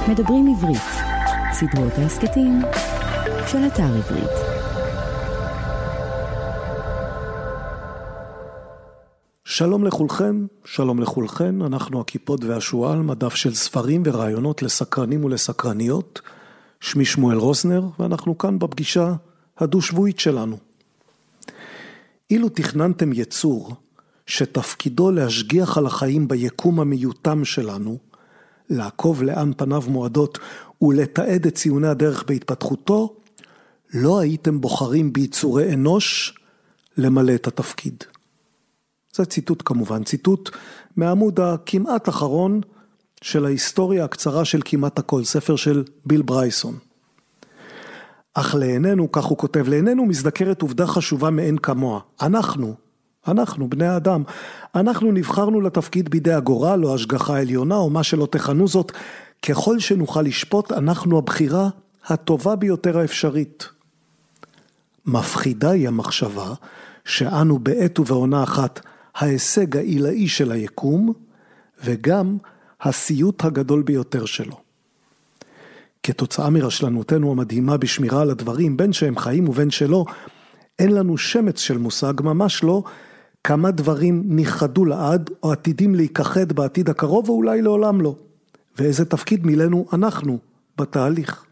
מדברים עברית, סדרות ההסקטים של אתר עברית. שלום לכולכם, שלום לכולכן, אנחנו הכיפות והשועל, מדף של ספרים ורעיונות לסקרנים ולסקרניות. שמי שמואל רוסנר, ואנחנו כאן בפגישה הדו-שבועית שלנו. אילו תכננתם יצור שתפקידו להשגיח על החיים ביקום המיותם שלנו, לעקוב לאן פניו מועדות ולתעד את ציוני הדרך בהתפתחותו, לא הייתם בוחרים ביצורי אנוש למלא את התפקיד. זה ציטוט כמובן, ציטוט מהעמוד הכמעט אחרון של ההיסטוריה הקצרה של כמעט הכל, ספר של ביל ברייסון. אך לעינינו, כך הוא כותב, לעינינו מזדקרת עובדה חשובה מאין כמוה. אנחנו בני האדם, אנחנו נבחרנו לתפקיד בידי הגורל או השגחה העליונה או מה שלא תכנו זאת, ככל שנוכל לשפוט אנחנו הבחירה הטובה ביותר האפשרית. מפחידה היא המחשבה שאנו בעת ובעונה אחת ההישג העילאי של היקום וגם הסיוט הגדול ביותר שלו. כתוצאה מרשלנותנו המדהימה בשמירה על הדברים, בין שהם חיים ובין שלא, אין לנו שמץ של מושג, ממש לא, כמה דברים ניחדו לעד או עתידים להיכחד בעתיד הקרוב או אולי לעולם לא. ואיזה תפקיד מילאנו אנחנו בתהליך.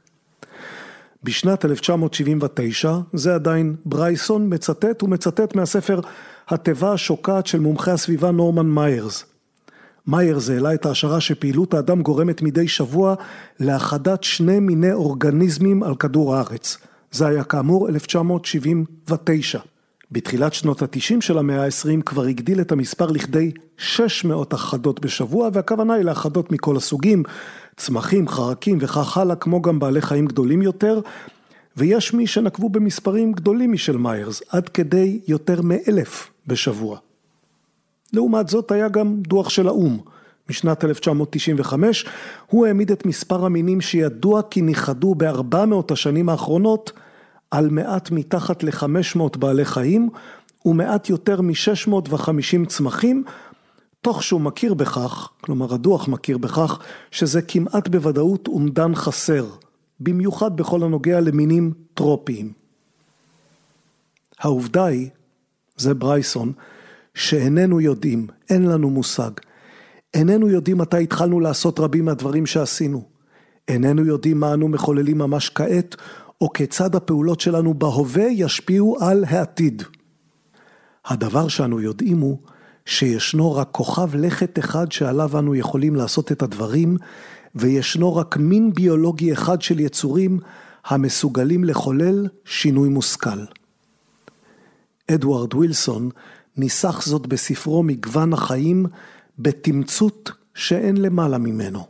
בשנת 1979, זה עדיין ברייסון מצטט מהספר התיבה השוקעת של מומחי הסביבה נורמן מיירס. מיירס העלה את ההשערה שפעילות האדם גורמת מדי שבוע להחדת שני מיני אורגניזמים על כדור הארץ. זה היה כאמור 1979. בתחילת שנות ה-90 של המאה ה-20 כבר הגדיל את המספר לכדי 600 החדות בשבוע, והכוונה היא להחדות מכל הסוגים, צמחים, חרקים וכך הלאה, כמו גם בעלי חיים גדולים יותר, ויש מי שנקבו במספרים גדולים משל מיירס, עד כדי יותר מ-1,000 בשבוע. לעומת זאת היה גם דוח של האום, משנת 1995, הוא העמיד את מספר המינים שידוע כי ניחדו ב-400 השנים האחרונות, על מעט מתחת ל-500 בעלי חיים, ומעט יותר מ-650 צמחים, תוך שהוא מכיר בכך, כלומר הדוח מכיר בכך, שזה כמעט בוודאות אומדן חסר, במיוחד בכל הנוגע למינים טרופיים. העובדה היא, זה ברייסון, שאיננו יודעים, אין לנו מושג. איננו יודעים מתי התחלנו לעשות רבים מהדברים שעשינו. איננו יודעים מה אנו מחוללים ממש כעת, או כיצד הפעולות שלנו בהווה ישפיעו על העתיד. הדבר שאנו יודעים הוא שישנו רק כוכב לכת אחד שעליו אנו יכולים לעשות את הדברים, וישנו רק מין ביולוגי אחד של יצורים המסוגלים לחולל שינוי מושכל. אדוארד ווילסון ניסח זאת בספרו מגוון החיים בתמצות שאין למעלה ממנו.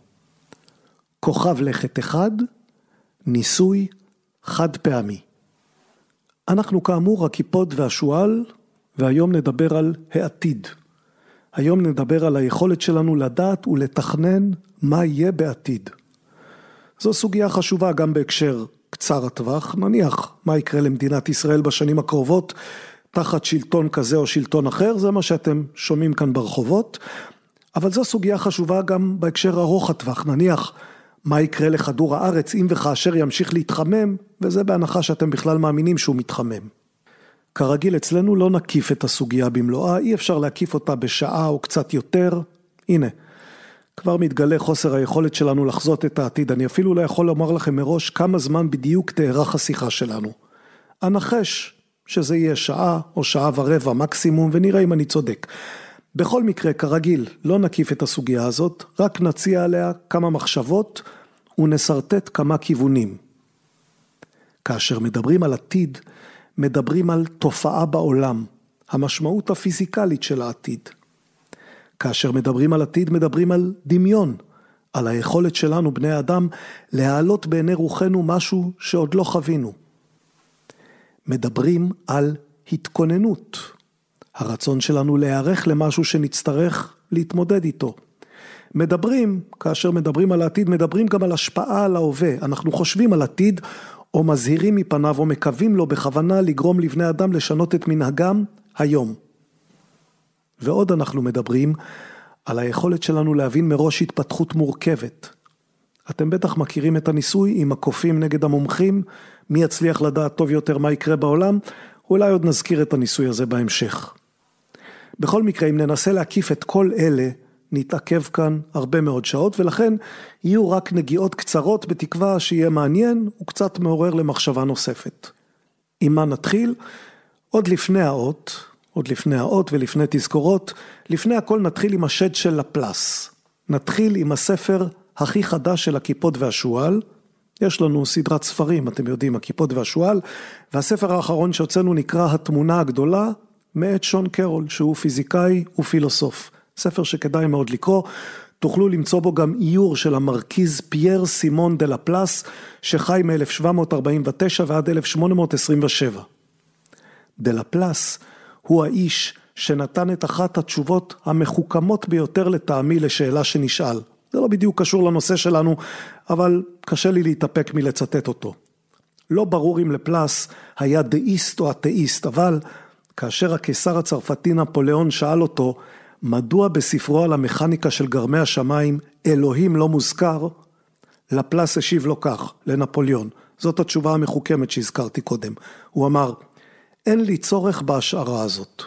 כוכב לכת אחד, ניסוי חד פעמי. אנחנו כאמור הכיפות והשועל, והיום נדבר על העתיד. היום נדבר על היכולת שלנו לדעת ולתכנן מה יהיה בעתיד. זו סוגיה חשובה גם בהקשר קצר הטווח, נניח מה יקרה למדינת ישראל בשנים הקרובות, תחת שלטון כזה או שלטון אחר, זה מה שאתם שומעים כאן ברחובות, אבל זו סוגיה חשובה גם בהקשר ארוך הטווח, נניח מה יקרה לכדור הארץ אם וכאשר ימשיך להתחמם, וזה בהנחה שאתם בכלל מאמינים שהוא מתחמם. כרגיל אצלנו לא נקיף את הסוגיה במלואה, אי אפשר להקיף אותה בשעה או קצת יותר. הנה, כבר מתגלה חוסר היכולת שלנו לחזות את העתיד, אני אפילו לא יכול לומר לכם מראש כמה זמן בדיוק תארך השיחה שלנו. אנחש שזה יהיה שעה או שעה ורבע מקסימום, ונראה אם אני צודק. בכל מקרה, כרגיל, לא נקיף את הסוגיה הזאת, רק נציע עליה כמה מחשבות ונסרטט כמה כיוונים. כאשר מדברים על עתיד, מדברים על תופעה בעולם, המשמעות הפיזיקלית של העתיד. כאשר מדברים על עתיד, מדברים על דמיון, על היכולת שלנו, בני האדם, להעלות בעיני רוחנו משהו שעוד לא חווינו. מדברים על התכוננות, הרצון שלנו להיערך למשהו שנצטרך להתמודד איתו. כאשר מדברים על העתיד, מדברים גם על השפעה על ההווה. אנחנו חושבים על עתיד, או מזהירים מפניו, או מקווים לו בכוונה לגרום לבני אדם לשנות את מנהגם היום. ועוד אנחנו מדברים על היכולת שלנו להבין מראש התפתחות מורכבת. אתם בטח מכירים את הניסוי עם הקופים נגד המומחים, מי יצליח לדעת טוב יותר מה יקרה בעולם, אולי עוד נזכיר את הניסוי הזה בהמשך. בכל מקרה, אם ננסה להקיף את כל אלה, נתעכב כאן הרבה מאוד שעות, ולכן יהיו רק נגיעות קצרות בתקווה שיהיה מעניין וקצת מעורר למחשבה נוספת. עם מה נתחיל? עוד לפני האות ולפני תזכורות, לפני הכל נתחיל עם השד של לפלס. נתחיל עם הספר הכי חדש של הכיפות והשואל. יש לנו סדרת ספרים, אתם יודעים, הכיפות והשואל, והספר האחרון שהוצאנו נקרא התמונה הגדולה, מאת שון קרול, שהוא פיזיקאי ופילוסוף. ספר שכדאי מאוד לקרוא, תוכלו למצוא בו גם איור של המרקיז פייר סימון דה לפלס, שחי מ-1749 ועד 1827. דה לפלס הוא האיש שנתן את אחת התשובות המחוכמות ביותר לטעמי לשאלה שנשאל. זה לא בדיוק קשור לנושא שלנו, אבל קשה לי להתאפק מלצטט אותו. לא ברור אם לפלס היה דאיסט או אתאיסט, אבל כאשר הקיסר הצרפתי נפוליאון שאל אותו, מדוע בספרו על המכניקה של גרמי השמיים אלוהים לא מוזכר, לפלס השיב לו כך, לנפוליאון. זאת התשובה המחוכמת שהזכרתי קודם. הוא אמר, אין לי צורך בהשערה הזאת.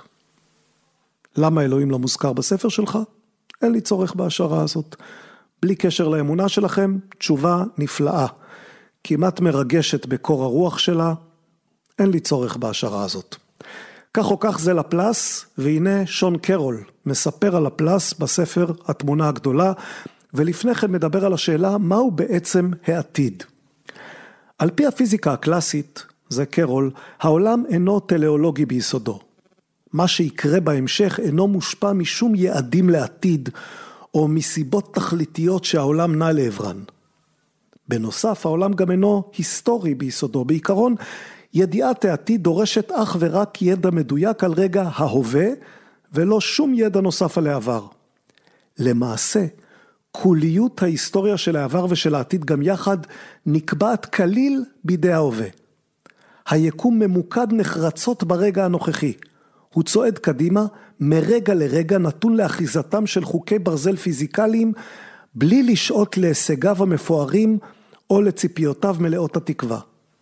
למה אלוהים לא מוזכר בספר שלך? אין לי צורך בהשערה הזאת. בלי קשר לאמונה שלכם, תשובה נפלאה. כמעט מרגשת בקור הרוח שלה, אין לי צורך בהשערה הזאת. כך או כך זה לפלס, והנה שון קרול מספר על לפלס בספר התמונה הגדולה, ולפני כן מדבר על השאלה מהו בעצם העתיד. על פי הפיזיקה הקלאסית, זה קרול, העולם אינו טלאולוגי ביסודו. מה שיקרה בהמשך אינו מושפע משום יעדים לעתיד, או מסיבות תכליתיות שהעולם נע לעברן. בנוסף, העולם גם אינו היסטורי ביסודו. בעיקרון, ידיעת העתיד דורשת אך ורק ידע מדויק על רגע ההווה, ולא שום ידע נוסף על העבר. למעשה, כוליות ההיסטוריה של העבר ושל העתיד גם יחד נקבעת כליל בידי ההווה. היקום ממוקד נחרצות ברגע הנוכחי. הוא צועד קדימה, מרגע לרגע נתון לאחיזתם של חוקי ברזל פיזיקליים, בלי לשעות להישגיו המפוארים או לציפיותיו מלאות התקווה.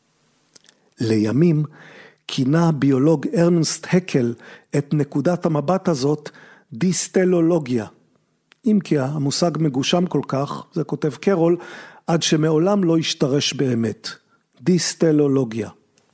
לימים כינה הביולוג ארנסט הקל את נקודת המבט הזאת דיסטלולוגיה. אם כי המושג מגושם כל כך, זה כותב קרול, עד שמעולם לא ישתרש באמת. דיסטלולוגיה.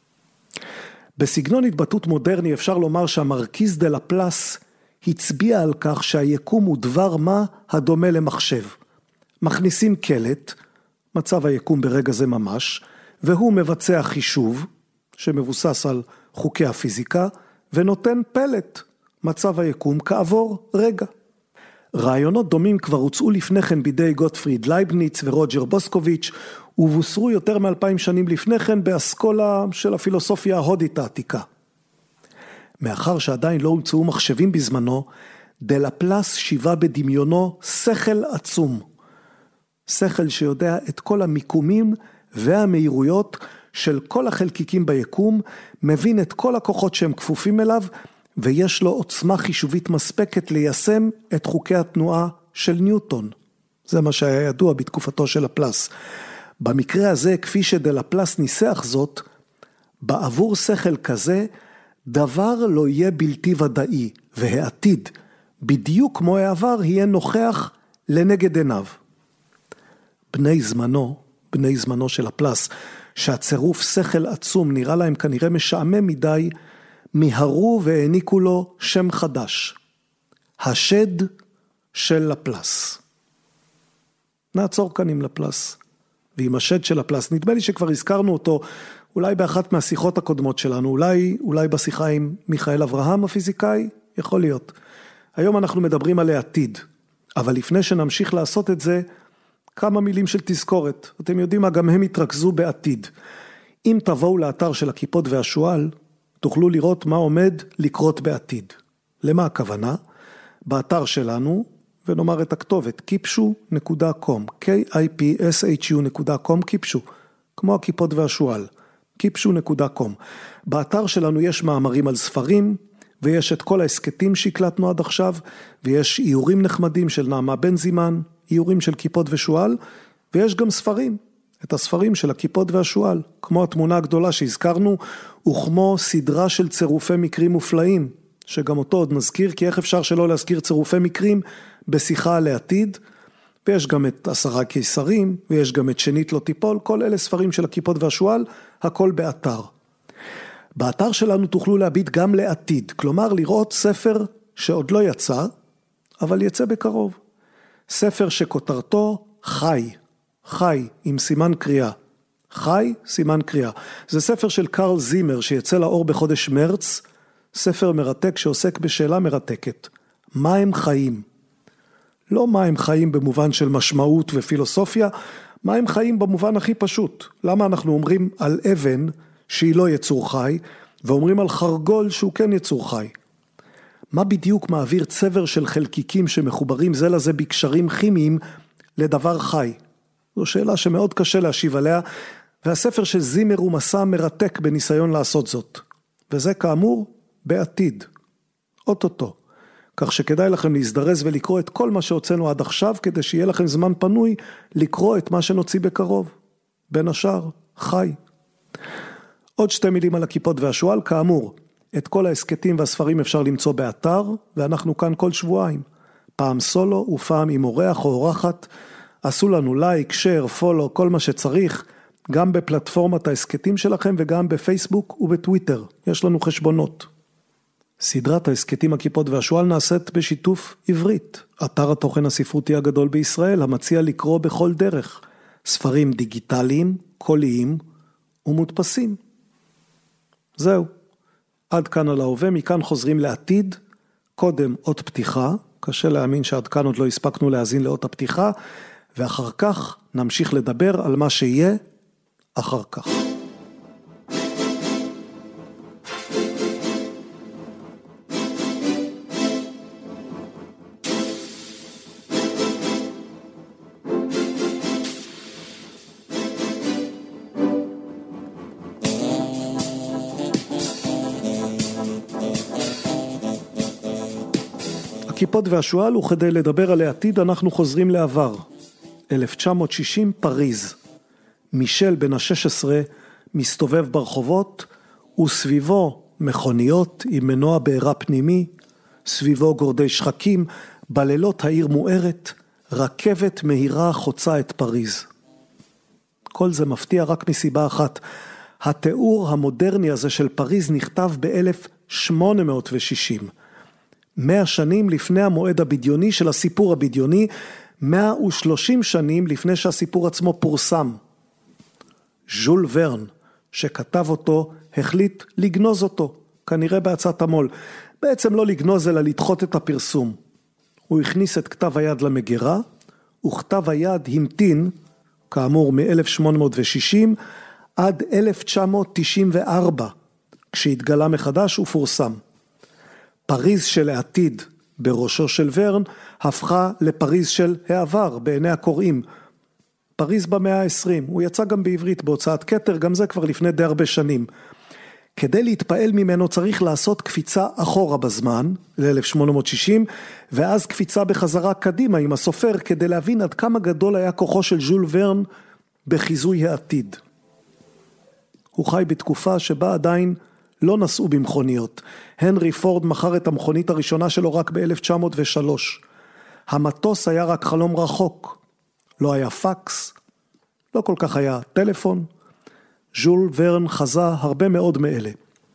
בסגנון התבטאות מודרני אפשר לומר שהמרקיז דה לפלס הצביע על כך שהיקום הוא דבר מה הדומה למחשב. מכניסים קלט, מצב היקום ברגע זה ממש, והוא מבצע חישוב שמבוסס על חוקי הפיזיקה, ונותן פלט, מצב היקום כעבור רגע. רעיונות דומים כבר הוצאו לפני כן בידי גוטפריד לייבניץ ורוג'ר בוסקוביץ', ובוסרו יותר מ2000 שנים לפני כן באסכולה של הפילוסופיה ההודית העתיקה. מאחר שעדיין לא הומצאו מחשבים בזמנו, דה לפלס שיבה בדמיונו שכל עצום. שכל שיודע את כל המיקומים והמהירויות של כל החלקיקים ביקום, מבין את כל הכוחות שהם כפופים אליו, ויש לו עוצמה חישובית מספקת ליישם את חוקי התנועה של ניוטון. זה מה שהיה ידוע בתקופתו של לפלס. במקרה הזה, כפי שדה לפלס ניסח זאת, בעבור שכל כזה, דבר לא יהיה בלתי ודאי, והעתיד, בדיוק כמו העבר, יהיה נוכח לנגד עיניו. בני זמנו של לפלס, שהצירוף שכל עצום נראה להם כנראה משעמם מדי, מיהרו והעניקו לו שם חדש. השד של לפלס. נעצור כאן עם לפלס. ועם השד של לפלס, נדמה לי שכבר הזכרנו אותו, אולי באחת מהשיחות הקודמות שלנו, אולי בשיחה עם מיכאל אברהם הפיזיקאי, יכול להיות. היום אנחנו מדברים על העתיד, אבל לפני שנמשיך לעשות את זה, כמה מילים של תזכורת. אתם יודעים מה, גם הם התרכזו בעתיד. אם תבואו לאתר של הכיפות והשואל, תוכלו לראות מה עומד לקרות בעתיד. למה הכוונה? באתר שלנו, ונאמר את הכתובת, kipshu.com, kipshu.com, kipshu, כמו הכיפות והשואל, kipshu.com. באתר שלנו יש מאמרים על ספרים, ויש את כל העסקטים שהקלטנו עד עכשיו, ויש איורים נחמדים של נעמה בן זימן, איורים של כיפות ושואל, ויש גם ספרים, את הספרים של הכיפות והשואל, כמו התמונה הגדולה שהזכרנו, וכמו סדרה של צירופי מקרים מופלאים, שגם אותו עוד נזכיר, כי איך אפשר שלא להזכיר צירופי מקרים בשיחה לעתיד, ויש גם את 10 קיסרים, ויש גם את שנית לא תיפול, כל אלה ספרים של הכיפות והשואל, הכל באתר. באתר שלנו תוכלו להביט גם לעתיד, כלומר לראות ספר שעוד לא יצא, אבל יצא בקרוב. ספר שכותרתו חי, חי עם סימן קריאה. חי, סימן קריאה. זה ספר של קרל זימר שיצא לאור בחודש מרץ, ספר מרתק שעוסק בשאלה מרתקת. מה הם חיים? לא מה הם חיים במובן של משמעות ופילוסופיה, מה הם חיים במובן הכי פשוט. למה אנחנו אומרים על אבן שהיא לא יצור חי, ואומרים על חרגול שהוא כן יצור חי? מה בדיוק מעביר צבר של חלקיקים שמחוברים זה לזה בקשרים כימיים לדבר חי? זו שאלה שמאוד קשה להשיב עליה, והספר של זימר הוא מסע מרתק בניסיון לעשות זאת. וזה כאמור בעתיד, אוטוטו. כך שכדאי לכם להזדרז ולקרוא את כל מה שהוצאנו עד עכשיו, כדי שיהיה לכם זמן פנוי לקרוא את מה שנוציא בקרוב. בין השאר, חי. עוד 2 מילים על הכיפות והשואל, כאמור, את כל העסקטים והספרים אפשר למצוא באתר, ואנחנו כאן כל שבועיים. פעם סולו ופעם עם אורח או אורחת, עשו לנו לייק, שייר, פולו, כל מה שצריך, גם בפלטפורמת העסקטים שלכם וגם בפייסבוק ובטוויטר. יש לנו חשבונות. סדרת העסקטים הכיפות והשואל נעשית בשיתוף עברית, אתר התוכן הספרותי הגדול בישראל, המציע לקרוא בכל דרך, ספרים דיגיטליים, קוליים ומודפסים. זהו, עד כאן על ההווה, מכאן חוזרים לעתיד, קודם אות פתיחה, קשה להאמין שעד כאן עוד לא הספקנו להאזין לאות הפתיחה, ואחר כך נמשיך לדבר על מה שיהיה אחר כך. הכיפות והשואל, וכדי לדבר על העתיד אנחנו חוזרים לעבר. 1960 פריז. מישל בן ה-16 מסתובב ברחובות, וסביבו מכוניות עם מנוע בעירה פנימי, סביבו גורדי שחקים, בלילות העיר מוארת, רכבת מהירה חוצה את פריז. כל זה מפתיע רק מסיבה אחת. התיאור המודרני הזה של פריז נכתב ב-1860. 100 שנים לפני המועד הבדיוני של הסיפור הבדיוני, 130 שנים לפני שהסיפור עצמו פורסם. ז'ול ורן, שכתב אותו, החליט לגנוז אותו, כנראה בעצת המול. בעצם לא לגנוז אלא לדחות את הפרסום. הוא הכניס את כתב היד למגירה, וכתב היד המתין, כאמור מ-1860 עד 1994, כשהתגלה מחדש ופורסם. פריז של העתיד בראשו של ורן הפכה לפריז של העבר בעיני הקוראים. פריז במאה ה-20, הוא יצא גם בעברית בהוצאת כתר, גם זה כבר לפני די הרבה שנים. כדי להתפעל ממנו צריך לעשות קפיצה אחורה בזמן, ל-1860, ואז קפיצה בחזרה קדימה עם הסופר, כדי להבין עד כמה גדול היה כוחו של ז'ול ורן בחיזוי העתיד. הוא חי בתקופה שבה עדיין לא נסעו במכוניות. הנרי פורד מכר את המכונית הראשונה שלו רק ב-1903. המטוס היה רק חלום רחוק. לא היה פקס, לא כל כך היה טלפון. ז'ול ורן חזה הרבה מאוד מאלה.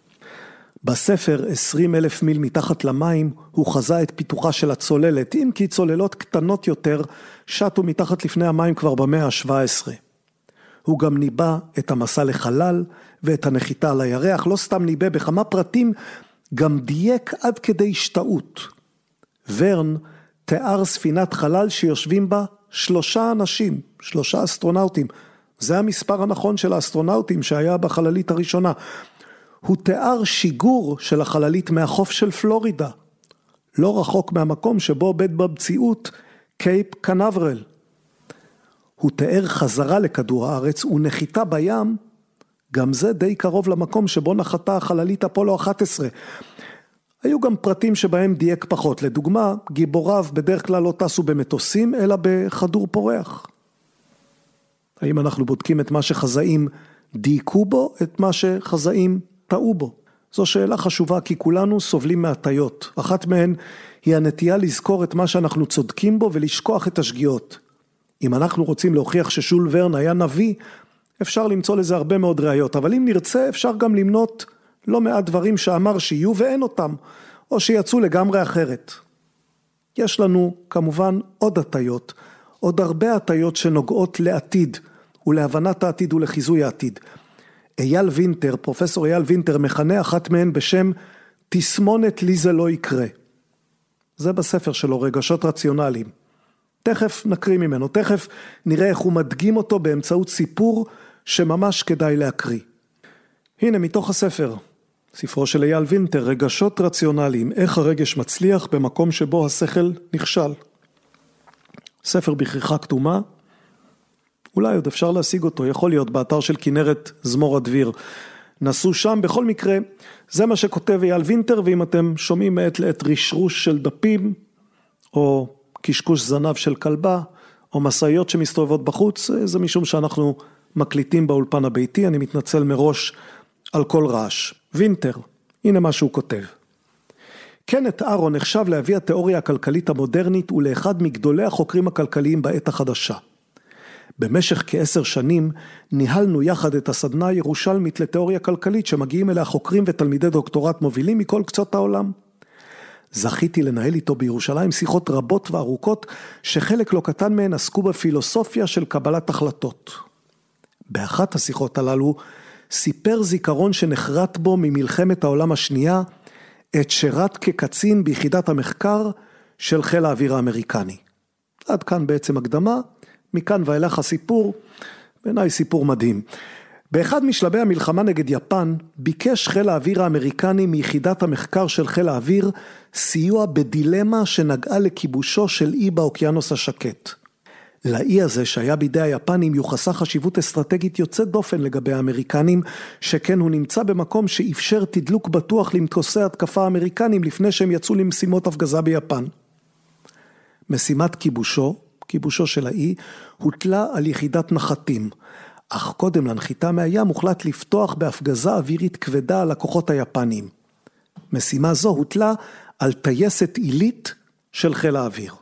בספר 20,000 מיל מתחת למים הוא חזה את פיתוחה של הצוללת, אם כי צוללות קטנות יותר שטו מתחת לפני המים כבר במאה ה-17. הוא גם ניבא את המסע לחלל ואת הנחיתה על הירח, לא סתם ניבא בכמה פרטים, גם דייק עד כדי השתאות. ורן תיאר ספינת חלל שיושבים בה 3 אנשים, 3 אסטרונאוטים. זה המספר הנכון של האסטרונאוטים שהיה בחללית הראשונה. הוא תיאר שיגור של החללית מהחוף של פלורידה, לא רחוק מהמקום שבו עובד במציאות קייפ קנברל. הוא תיאר חזרה לכדור הארץ ונחיתה בים, גם זה די קרוב למקום שבו נחתה החללית אפולו 11. היו גם פרטים שבהם דייק פחות, לדוגמה, גיבוריו בדרך כלל לא טסו במטוסים, אלא בחדור פורח. האם אנחנו בודקים את מה שחזאים דייקו בו, את מה שחזאים טעו בו? זו שאלה חשובה, כי כולנו סובלים מהטיות. אחת מהן היא הנטייה לזכור את מה שאנחנו צודקים בו ולשכוח את השגיאות. אם אנחנו רוצים להוכיח ששול ורן היה נביא, אפשר למצוא לזה הרבה מאוד ראיות, אבל אם נרצה אפשר גם למנות לא מעט דברים שאמר שיהיו ואין אותם, או שיצאו לגמרי אחרת. יש לנו כמובן עוד הטיות, עוד הרבה הטיות שנוגעות לעתיד, ולהבנת העתיד ולחיזוי העתיד. אייל וינטר, פרופסור אייל וינטר, מכנה אחת מהן בשם תסמונת לי זה לא יקרה. זה בספר שלו, רגשות רציונליים. תכף נקריא ממנו, תכף נראה איך הוא מדגים אותו באמצעות סיפור שממש כדאי להקריא. הנה מתוך הספר, ספרו של אייל וינטר, רגשות רציונליים, איך הרגש מצליח במקום שבו השכל נכשל. ספר בכריכה כתומה, אולי עוד אפשר להשיג אותו, יכול להיות באתר של כנרת זמור הדביר. נסו שם, בכל מקרה, זה מה שכותב אייל וינטר, ואם אתם שומעים מעת לעת רשרוש של דפים, או קשקוש זנב של כלבה, או מסעיות שמסתובבות בחוץ, זה משום שאנחנו מקליטים באולפן הביתי, אני מתנצל מראש על כל רעש. וינטר, הנה מה שהוא כותב. קנת ארון נחשב להביא התיאוריה הכלכלית המודרנית ולאחד מגדולי החוקרים הכלכליים בעת החדשה. במשך כ10 שנים ניהלנו יחד את הסדנה הירושלמית לתיאוריה כלכלית שמגיעים אליה חוקרים ותלמידי דוקטורט מובילים מכל קצות העולם. זכיתי לנהל איתו בירושלים שיחות רבות וארוכות שחלק לא קטן מהן עסקו בפילוסופיה של קבלת החלטות. באחת השיחות הללו סיפר זיכרון שנחרט בו ממלחמת העולם השנייה את שירת כקצין ביחידת המחקר של חיל האוויר האמריקני. עד כאן בעצם הקדמה, מכאן ואילך הסיפור, בעיניי סיפור מדהים. באחד משלבי המלחמה נגד יפן, ביקש חיל האוויר האמריקני מיחידת המחקר של חיל האוויר סיוע בדילמה שנגעה לכיבושו של אי באוקיינוס השקט. לאי הזה שהיה בידי היפנים יוחסה חשיבות אסטרטגית יוצאת דופן לגבי האמריקנים, שכן הוא נמצא במקום שאפשר תדלוק בטוח למטוסי התקפה האמריקנים לפני שהם יצאו למשימות הפגזה ביפן. משימת כיבושו של האי, הוטלה על יחידת נחתים, אך קודם לנחיתה מהים הוחלט לפתוח בהפגזה אווירית כבדה על הכוחות היפנים. משימה זו הוטלה על טייסת עילית של חיל האוויר.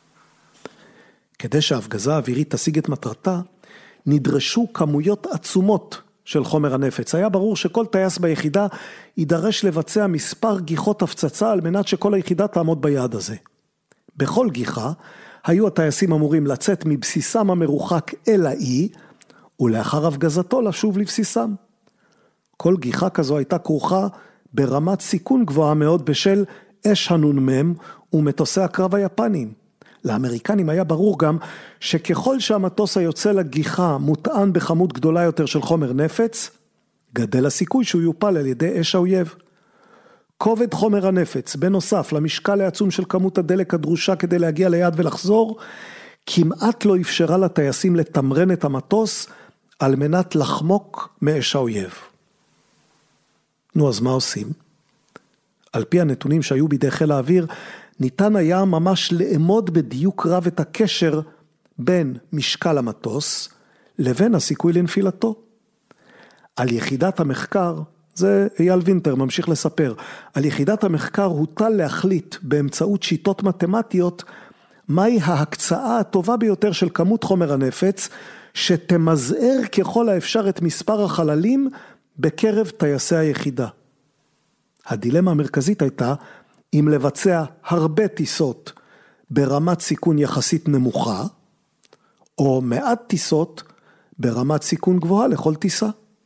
כדי שההפגזה האווירית תשיג את מטרתה, נדרשו כמויות עצומות של חומר הנפץ. היה ברור שכל טייס ביחידה יידרש לבצע מספר גיחות הפצצה על מנת שכל היחידה תעמוד ביעד הזה. בכל גיחה היו הטייסים אמורים לצאת מבסיסם המרוחק אל האי, ולאחר הפגזתו לשוב לבסיסם. כל גיחה כזו הייתה כרוכה ברמת סיכון גבוהה מאוד בשל אש הנ"מ ומטוסי הקרב היפנים. לאמריקנים היה ברור גם שככל שהמטוס היוצא לגיחה מוטען בכמות גדולה יותר של חומר נפץ, גדל הסיכוי שהוא יופל על ידי אש האויב. כובד חומר הנפץ, בנוסף למשקל העצום של כמות הדלק הדרושה כדי להגיע ליעד ולחזור, כמעט לא אפשרה לטייסים לתמרן את המטוס על מנת לחמוק מאש האויב. נו, אז מה עושים? על פי הנתונים שהיו בידי חיל האוויר, ניתן היה ממש לאמוד בדיוק רב את הקשר בין משקל המטוס לבין הסיכוי לנפילתו. על יחידת המחקר, זה אייל וינטר ממשיך לספר, על יחידת המחקר הוטל להחליט באמצעות שיטות מתמטיות מהי ההקצאה הטובה ביותר של כמות חומר הנפץ שתמזער ככל האפשר את מספר החללים בקרב טייסי היחידה. הדילמה המרכזית הייתה אם לבצע הרבה טיסות ברמת סיכון יחסית נמוכה, או מעט טיסות ברמת סיכון גבוהה לכל טיסה.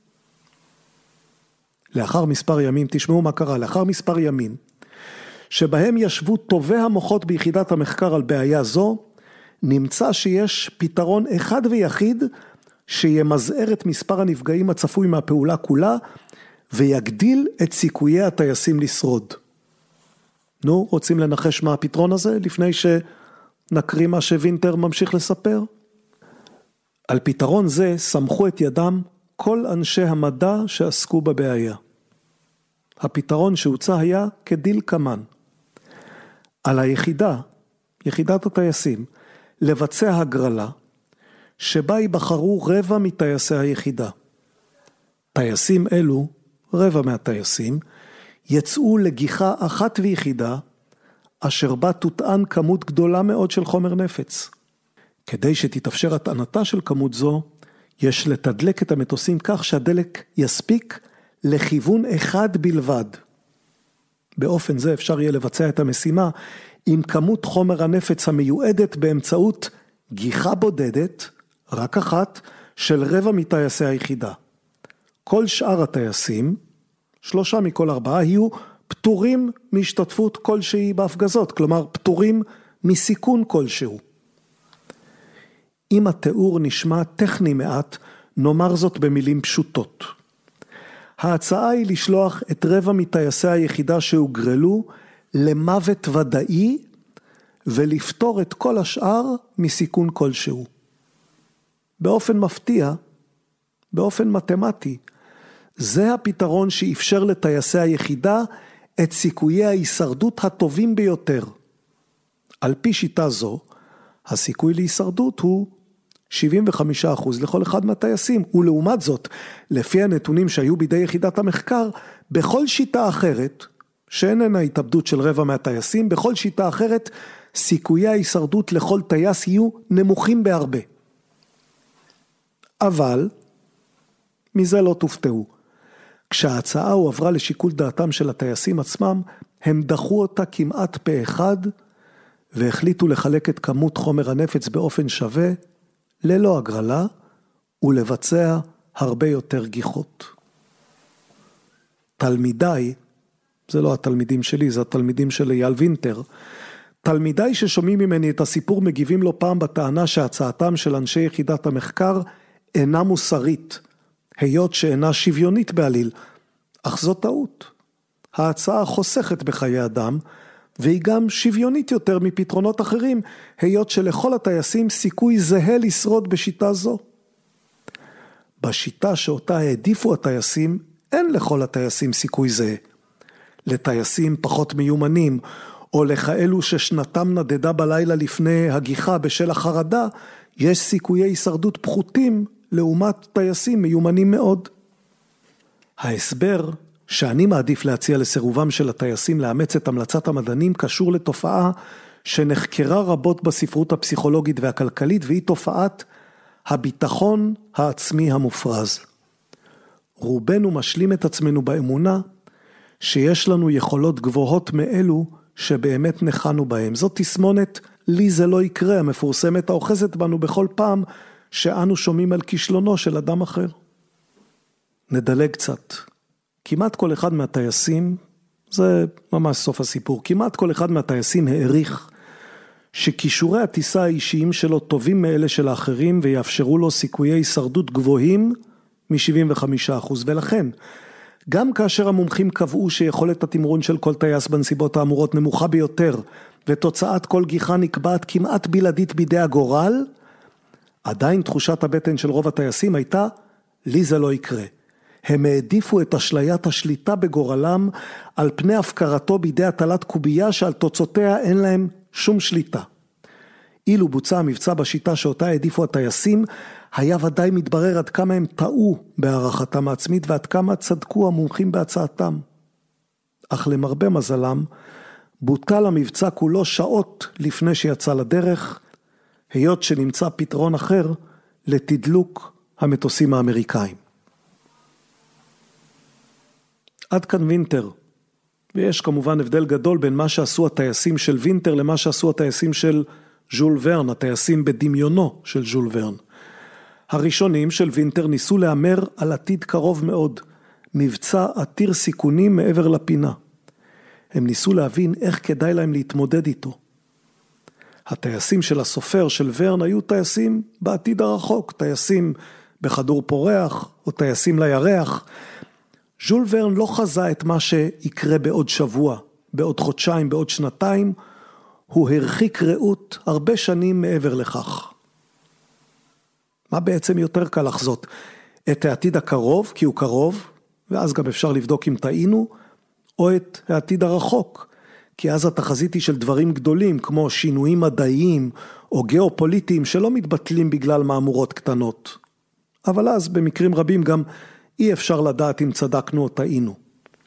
לאחר מספר ימים, תשמעו מה קרה, לאחר מספר ימים, שבהם ישבו טובי המוחות ביחידת המחקר על בעיה זו, נמצא שיש פתרון אחד ויחיד שימזער את מספר הנפגעים הצפוי מהפעולה כולה, ויגדיל את סיכויי הטייסים לשרוד. נו, רוצים לנחש מה הפתרון הזה לפני שנקריא מה שווינטר ממשיך לספר? על פתרון זה סמכו את ידם כל אנשי המדע שעסקו בבעיה. הפתרון שהוצע היה כדלקמן. על היחידה, יחידת הטייסים, לבצע הגרלה, שבה ייבחרו רבע מטייסי היחידה. טייסים אלו, רבע מהטייסים, יצאו לגיחה אחת ויחידה, אשר בה תוטען כמות גדולה מאוד של חומר נפץ. כדי שתתאפשר הטענתה של כמות זו, יש לתדלק את המטוסים כך שהדלק יספיק לכיוון אחד בלבד. באופן זה אפשר יהיה לבצע את המשימה עם כמות חומר הנפץ המיועדת באמצעות גיחה בודדת, רק אחת, של רבע מטייסי היחידה. כל שאר הטייסים, 3 מכל 4, יהיו פטורים מהשתתפות כלשהי בהפגזות, כלומר פטורים מסיכון כלשהו. אם התיאור נשמע טכני מעט, נאמר זאת במילים פשוטות. ההצעה היא לשלוח את רבע מטייסי היחידה שהוגרלו למוות ודאי, ולפתור את כל השאר מסיכון כלשהו. באופן מפתיע, באופן מתמטי, זה הפתרון שאפשר לטייסי היחידה את סיכויי ההישרדות הטובים ביותר. על פי שיטה זו, הסיכוי להישרדות הוא 75% לכל אחד מהטייסים, ולעומת זאת, לפי הנתונים שהיו בידי יחידת המחקר, בכל שיטה אחרת, שאיננה התאבדות של רבע מהטייסים, בכל שיטה אחרת, סיכויי ההישרדות לכל טייס יהיו נמוכים בהרבה. אבל, מזה לא תופתעו. כשההצעה הועברה לשיקול דעתם של הטייסים עצמם, הם דחו אותה כמעט פה אחד, והחליטו לחלק את כמות חומר הנפץ באופן שווה, ללא הגרלה, ולבצע הרבה יותר גיחות. תלמידיי, זה לא התלמידים שלי, זה התלמידים של אייל וינטר, תלמידיי ששומעים ממני את הסיפור מגיבים לא פעם בטענה שהצעתם של אנשי יחידת המחקר אינה מוסרית, היות שאינה שוויונית בעליל, אך זו טעות. ההצעה חוסכת בחיי אדם, והיא גם שוויונית יותר מפתרונות אחרים, היות שלכל הטייסים סיכוי זהה לשרוד בשיטה זו. בשיטה שאותה העדיפו הטייסים, אין לכל הטייסים סיכוי זהה. לטייסים פחות מיומנים, או לכאלו ששנתם נדדה בלילה לפני הגיחה בשל החרדה, יש סיכויי הישרדות פחותים לעומת טייסים מיומנים מאוד. ההסבר שאני מעדיף להציע לסירובם של הטייסים לאמץ את המלצת המדענים קשור לתופעה שנחקרה רבות בספרות הפסיכולוגית והכלכלית, והיא תופעת הביטחון העצמי המופרז. רובנו משלים את עצמנו באמונה שיש לנו יכולות גבוהות מאלו שבאמת נחנו בהם. זאת תסמונת לי זה לא יקרה, המפורסמת האוחזת בנו בכל פעם שאנו שומעים על כישלונו של אדם אחר. נדלג קצת. כמעט כל אחד מהטייסים, זה ממש סוף הסיפור, כמעט כל אחד מהטייסים העריך שכישורי הטיסה האישיים שלו טובים מאלה של האחרים ויאפשרו לו סיכויי הישרדות גבוהים מ-75%. ולכן, גם כאשר המומחים קבעו שיכולת התמרון של כל טייס בנסיבות האמורות נמוכה ביותר, ותוצאת כל גיחה נקבעת כמעט בלעדית בידי הגורל, עדיין תחושת הבטן של רוב הטייסים הייתה, לי זה לא יקרה. הם העדיפו את אשליית השליטה בגורלם על פני הפקרתו בידי הטלת קובייה שעל תוצאותיה אין להם שום שליטה. אילו בוצע המבצע בשיטה שאותה העדיפו הטייסים, היה ודאי מתברר עד כמה הם טעו בהערכתם העצמית ועד כמה צדקו המומחים בהצעתם. אך למרבה מזלם, בוטל המבצע כולו שעות לפני שיצא לדרך, היות שנמצא פתרון אחר לתדלוק המטוסים האמריקאים. עד כאן וינטר, ויש כמובן הבדל גדול בין מה שעשו הטייסים של וינטר למה שעשו הטייסים של ז'ול ורן, הטייסים בדמיונו של ז'ול ורן. הראשונים של וינטר ניסו לאמר על עתיד קרוב מאוד, מבצע עתיר סיכונים מעבר לפינה. הם ניסו להבין איך כדאי להם להתמודד איתו. הטייסים של הסופר של ורן היו טייסים בעתיד הרחוק, טייסים בכדור פורח או טייסים לירח. ז'ול ורן לא חזה את מה שיקרה בעוד שבוע, בעוד חודשיים, בעוד שנתיים, הוא הרחיק ראות הרבה שנים מעבר לכך. מה בעצם יותר קל לחזות? את העתיד הקרוב, כי הוא קרוב, ואז גם אפשר לבדוק אם טעינו, או את העתיד הרחוק, כי אז התחזית היא של דברים גדולים, כמו שינויים מדעיים או גיאופוליטיים שלא מתבטלים בגלל מאמורות קטנות. אבל אז במקרים רבים גם אי אפשר לדעת אם צדקנו או טעינו.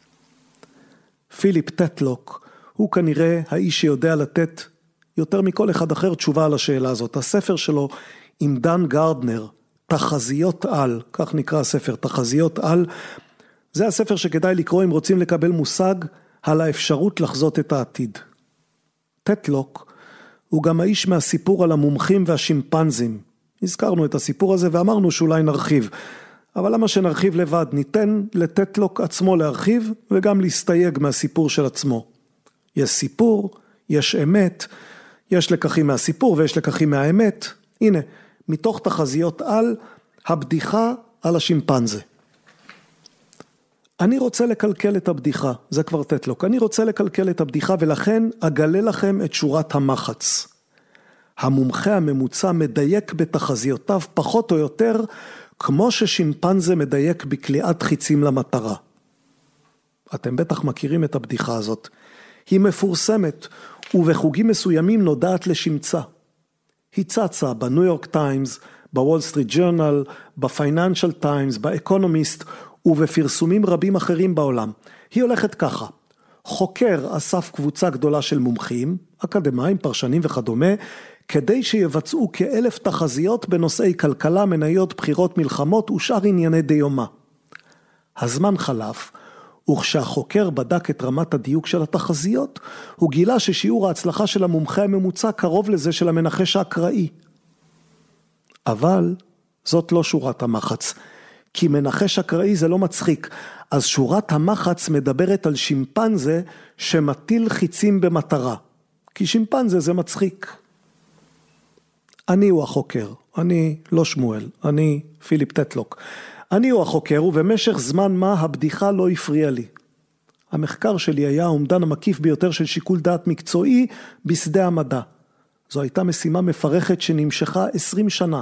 פיליפ טטלוק הוא כנראה האיש שיודע לתת יותר מכל אחד אחר תשובה על השאלה הזאת. הספר שלו עם דן גרדנר, תחזיות על, כך נקרא הספר, תחזיות על, זה הספר שכדאי לקרוא אם רוצים לקבל מושג על האפשרות לחזות את העתיד. טטלוק הוא גם האיש מהסיפור על המומחים והשימפנזים. הזכרנו את הסיפור הזה ואמרנו שאולי נרחיב. אבל למה שנרחיב לבד? ניתן לטטלוק עצמו להרחיב וגם להסתייג מהסיפור של עצמו. יש סיפור, יש אמת, יש לקחים מהסיפור ויש לקחים מהאמת. הנה, מתוך תחזיות על, הבדיחה על השימפנזה. אני רוצה לקלקל את הבדיחה, זה כבר טטלוק, אני רוצה לקלקל את הבדיחה ולכן אגלה לכם את שורת המחץ. המומחה הממוצע מדייק בתחזיותיו פחות או יותר כמו ששימפנזה מדייק בקליעת חיצים למטרה. אתם בטח מכירים את הבדיחה הזאת. היא מפורסמת ובחוגים מסוימים נודעת לשמצה. היא צצה בניו יורק טיימס, בוול סטריט ג'ורנל, בפייננשל טיימס, באקונומיסט ובפרסומים רבים אחרים בעולם. היא הולכת ככה. חוקר אסף קבוצה גדולה של מומחים, אקדמיים, פרשנים וכדומה, כדי שיבצעו כ1,000 תחזיות בנושאי כלכלה, מניות, בחירות, מלחמות ושאר ענייני דיומה. הזמן חלף, וכשהחוקר בדק את רמת הדיוק של התחזיות, הוא גילה ששיעור ההצלחה של המומחה הממוצע קרוב לזה של המנחש האקראי. אבל זאת לא שורת המחץ, כי מנחש אקראי זה לא מצחיק, אז שורת המחץ מדברת על שימפנזה שמטיל חיצים במטרה, כי שימפנזה זה מצחיק. אני הוא החוקר, אני לא שמואל, אני פיליפ טטלוק. אני הוא החוקר ובמשך זמן מה הבדיחה לא הפריעה לי. המחקר שלי היה האומדן המקיף ביותר של שיקול דעת מקצועי בשדה המדע. זו הייתה משימה מפרכת שנמשכה 20 שנה,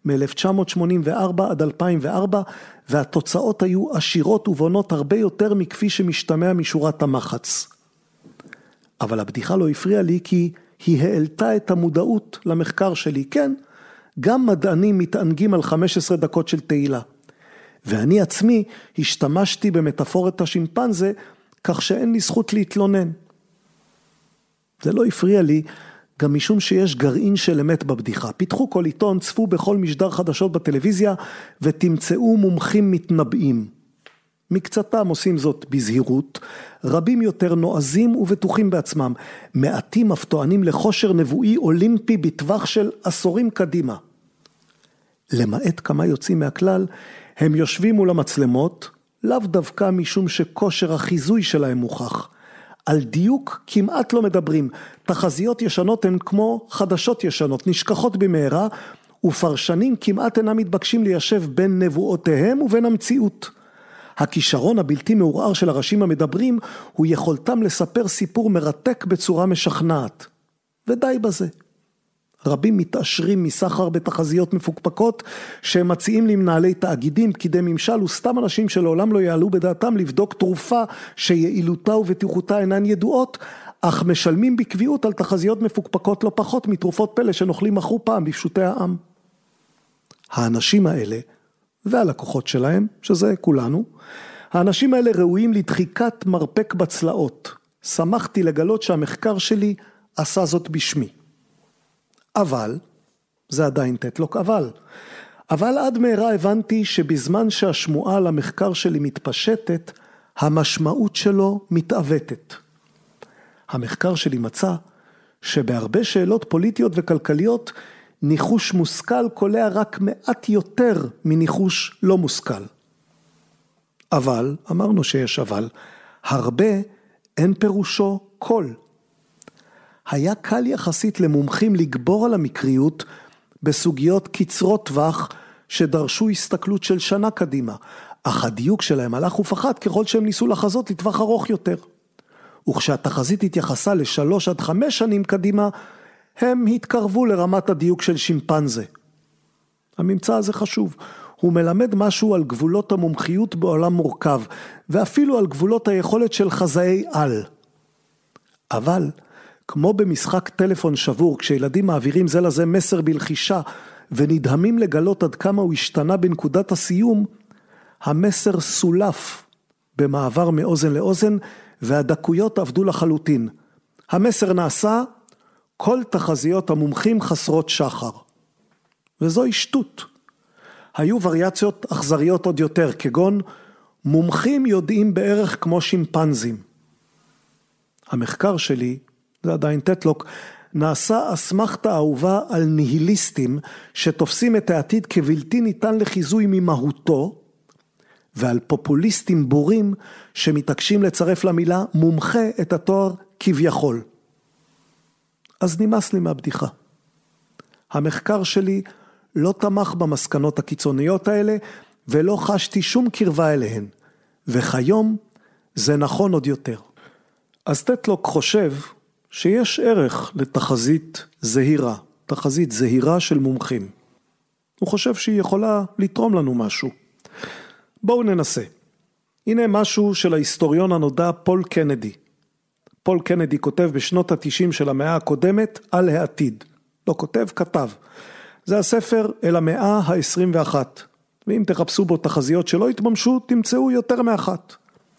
מ-1984 עד 2004, והתוצאות היו עשירות ובונות הרבה יותר מכפי שמשתמע משורת המחץ. אבל הבדיחה לא הפריעה לי כי היא העלתה את המודעות למחקר שלי. כן, גם מדענים מתענגים על 15 דקות של תהילה. ואני עצמי השתמשתי במטאפורת השימפנזה, כך שאין לי זכות להתלונן. זה לא הפריע לי, גם משום שיש גרעין של אמת בבדיחה. פיתחו כל עיתון, צפו בכל משדר חדשות בטלוויזיה, ותמצאו מומחים מתנבאים. מקצתם עושים זאת בזהירות, רבים יותר נועזים ובטוחים בעצמם, מעטים אף טוענים לכושר נבואי אולימפי בטווח של עשורים קדימה. למעט כמה יוצאים מהכלל, הם יושבים מול המצלמות, לאו דווקא משום שכושר החיזוי שלהם מוכח. על דיוק כמעט לא מדברים, תחזיות ישנות הן כמו חדשות ישנות, נשכחות במהרה, ופרשנים כמעט אינם מתבקשים ליישב בין נבואותיהם ובין המציאות. הכישרון הבלתי מעורער של הראשים המדברים הוא יכולתם לספר סיפור מרתק בצורה משכנעת. ודי בזה. רבים מתעשרים מסחר בתחזיות מפוקפקות שהם מציעים למנהלי תאגידים, פקידי ממשל וסתם אנשים שלעולם לא יעלו בדעתם לבדוק תרופה שיעילותה ובטיחותה אינן ידועות, אך משלמים בקביעות על תחזיות מפוקפקות לא פחות מתרופות פלא שנוכלים מכרו פעם בפשוטי העם. האנשים האלה והלקוחות שלהם, שזה כולנו, האנשים האלה ראויים לדחיקת מרפק בצלעות. שמחתי לגלות שהמחקר שלי עשה זאת בשמי. אבל, זה עדיין טטלוק, אבל עד מהרה הבנתי שבזמן שהשמועה על המחקר שלי מתפשטת, המשמעות שלו מתעוותת. המחקר שלי מצא שבהרבה שאלות פוליטיות וכלכליות, ניחוש מושכל קולע רק מעט יותר מניחוש לא מושכל. אבל, אמרנו שיש אבל, הרבה אין פירושו כל. היה קל יחסית למומחים לגבור על המקריות בסוגיות קצרות טווח שדרשו הסתכלות של שנה קדימה, אך הדיוק שלהם הלך ופחת ככל שהם ניסו לחזות לטווח ארוך יותר. וכשהתחזית התייחסה ל3 עד 5 שנים קדימה, הם התקרבו לרמת הדיוק של שימפנזה. הממצא הזה חשוב. הוא מלמד משהו על גבולות המומחיות בעולם מורכב, ואפילו על גבולות היכולת של חזאי על. אבל, כמו במשחק טלפון שבור, כשילדים מעבירים זה לזה מסר בלחישה, ונדהמים לגלות עד כמה הוא השתנה בנקודת הסיום, המסר סולף במעבר מאוזן לאוזן, והדקויות עבדו לחלוטין. המסר נעשה, כל תחזיות המומחים חסרות שחר. וזו שטות. היו וריאציות אכזריות עוד יותר, כגון מומחים יודעים בערך כמו שימפנזים. המחקר שלי, זה עדיין טטלוק, נעשה אסמכתה אהובה על ניהיליסטים שתופסים את העתיד כבלתי ניתן לחיזוי ממהותו, ועל פופוליסטים בורים שמתעקשים לצרף למילה מומחה את התואר כביכול. אז נמאס לי מהבדיחה. המחקר שלי לא תמך במסקנות הקיצוניות האלה, ולא חשתי שום קרבה אליהן, וכיום זה נכון עוד יותר. אז טטלוק חושב שיש ערך לתחזית זהירה, תחזית זהירה של מומחים. הוא חושב שהיא יכולה לתרום לנו משהו. בואו ננסה. הנה משהו של ההיסטוריון הנודע פול קנדי. פול קנדי כותב בשנות ה-90 של המאה הקודמת על העתיד. לא כותב, כתב. זה הספר אל המאה ה-21. ואם תחפשו בו תחזיות שלא יתממשו, תמצאו יותר מאחת.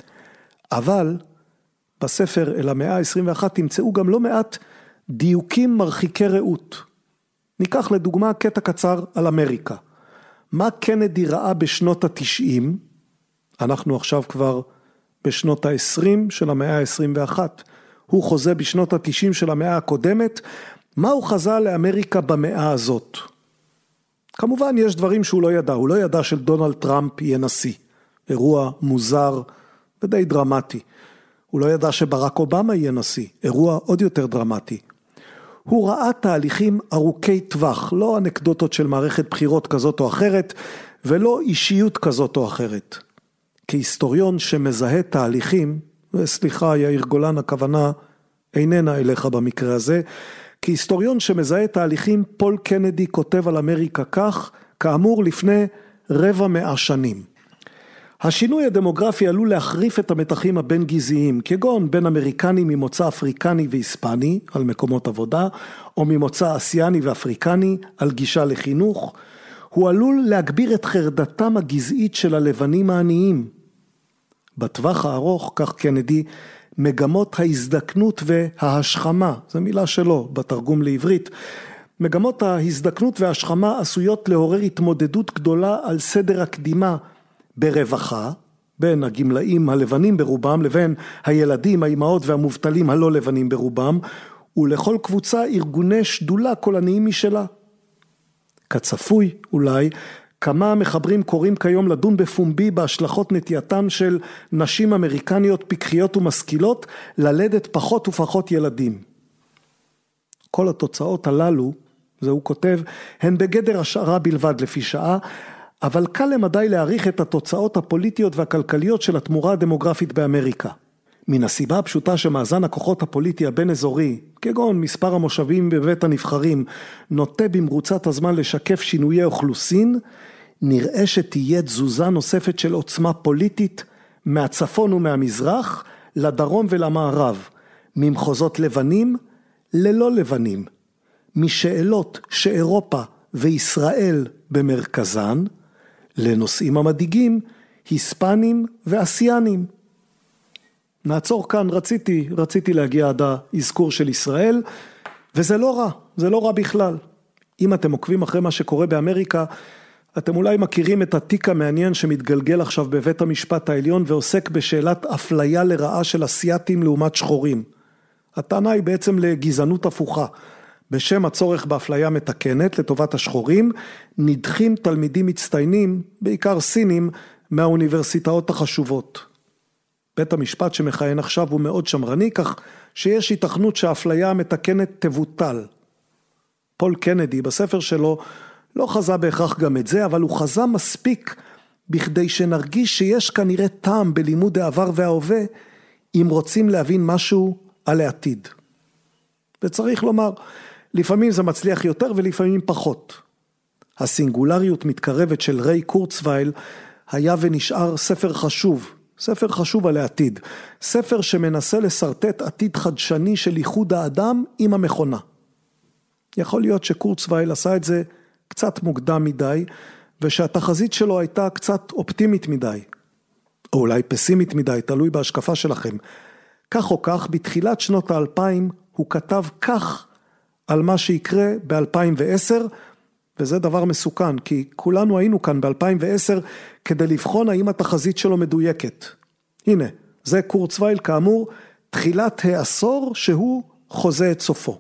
אבל בספר אל המאה ה-21 תמצאו גם לא מעט דיוקים מרחיקי ראות. ניקח לדוגמה קטע קצר על אמריקה. מה קנדי ראה בשנות ה-90? אנחנו עכשיו כבר בשנות ה-20 של המאה ה-21. הוא חוזה בשנות ה-90 של המאה הקודמת. מה הוא חזה לאמריקה במאה הזאת? כמובן יש דברים שהוא לא ידע. הוא לא ידע של דונלד טראמפ יהיה נשיא. אירוע מוזר ודי דרמטי. הוא לא ידע שברק אובמה יהיה נשיא. אירוע עוד יותר דרמטי. הוא ראה תהליכים ארוכי טווח, לא אנקדוטות של מערכת בחירות כזאת או אחרת, ולא אישיות כזאת או אחרת. כהיסטוריון שמזהה תהליכים, וסליחה יאיר גולן, הכוונה איננה אליך במקרה הזה, כהיסטוריון שמזהה תהליכים, פול קנדי כותב על אמריקה כך, כאמור לפני 100 שנים. השינוי הדמוגרפי עלול להחריף את המתחים הבין גזעיים, כגון בין אמריקנים ממוצא אפריקני והיספני על מקומות עבודה, או ממוצא אסיאני ואפריקני על גישה לחינוך. הוא עלול להגביר את חרדתם הגזעית של הלבנים העניים. בטווח הארוך, כך קנדי, מגמות ההזדקנות וההשכמה, זו מילה שלו בתרגום לעברית, מגמות ההזדקנות וההשכמה עשויות לעורר התמודדות גדולה על סדר הקדימה, ברווחה, בין הגמלאים הלבנים ברובם, לבין הילדים, האימהות והמובטלים הלא לבנים ברובם, ולכל קבוצה ארגוני שדולה קולניים משלה. כצפוי אולי, כמה מחברים קוראים כיום לדון בפומבי בהשלכות נטייתם של נשים אמריקניות פיקחיות ומשכילות, ללדת פחות ופחות ילדים. כל התוצאות הללו, זה הוא כותב, הן בגדר השערה בלבד לפי שעה, אבל קל למדי להעריך את התוצאות הפוליטיות והכלכליות של התמורה הדמוגרפית באמריקה. מן הסיבה הפשוטה שמאזן הכוחות הפוליטי הבין אזורי, כגון מספר המושבים בבית הנבחרים, נוטה במרוצת הזמן לשקף שינויי אוכלוסין, נראה שתהיה תזוזה נוספת של עוצמה פוליטית מהצפון ומהמזרח לדרום ולמערב, ממחוזות לבנים ללא לבנים, משאלות שאירופה וישראל במרכזן, לנושאים המדאיגים, היספנים ואסיאנים. נעצור כאן, רציתי להגיע עד האזכור של ישראל, וזה לא רע, זה לא רע בכלל. אם אתם עוקבים אחרי מה שקורה באמריקה, אתם אולי מכירים את התיק המעניין שמתגלגל עכשיו בבית המשפט העליון, ועוסק בשאלת אפליה לרעה של אסיאטים לעומת שחורים. הטענה היא בעצם לגזענות הפוכה. בשם הצורך באפליה מתקנת לטובת השחורים, נדחים תלמידים מצטיינים, בעיקר סינים, מהאוניברסיטאות החשובות. בית המשפט שמכהן עכשיו הוא מאוד שמרני, כך שיש היתכנות שהאפליה המתקנת תבוטל. פול קנדי בספר שלו לא חזה בהכרח גם את זה, אבל הוא חזה מספיק בכדי שנרגיש שיש כנראה טעם בלימוד העבר וההווה, אם רוצים להבין משהו על העתיד. וצריך לומר, לפעמים זה מצליח יותר ולפעמים פחות. הסינגולריות מתקרבת של ריי קורצווייל היה ונשאר ספר חשוב, ספר חשוב על העתיד, ספר שמנסה לסרטט עתיד חדשני של איחוד האדם עם המכונה. יכול להיות שקורצווייל עשה את זה קצת מוקדם מדי, ושהתחזית שלו הייתה קצת אופטימית מדי, או אולי פסימית מדי, תלוי בהשקפה שלכם. כך או כך, בתחילת שנות ה-2000 הוא כתב כך על מה שיקרה ב-2010, וזה דבר מסוכן, כי כולנו היינו כאן ב-2010 כדי לבחון האם התחזית שלו מדויקת. הנה, זה קורצווייל כאמור, תחילת העשור שהוא חוזה את סופו.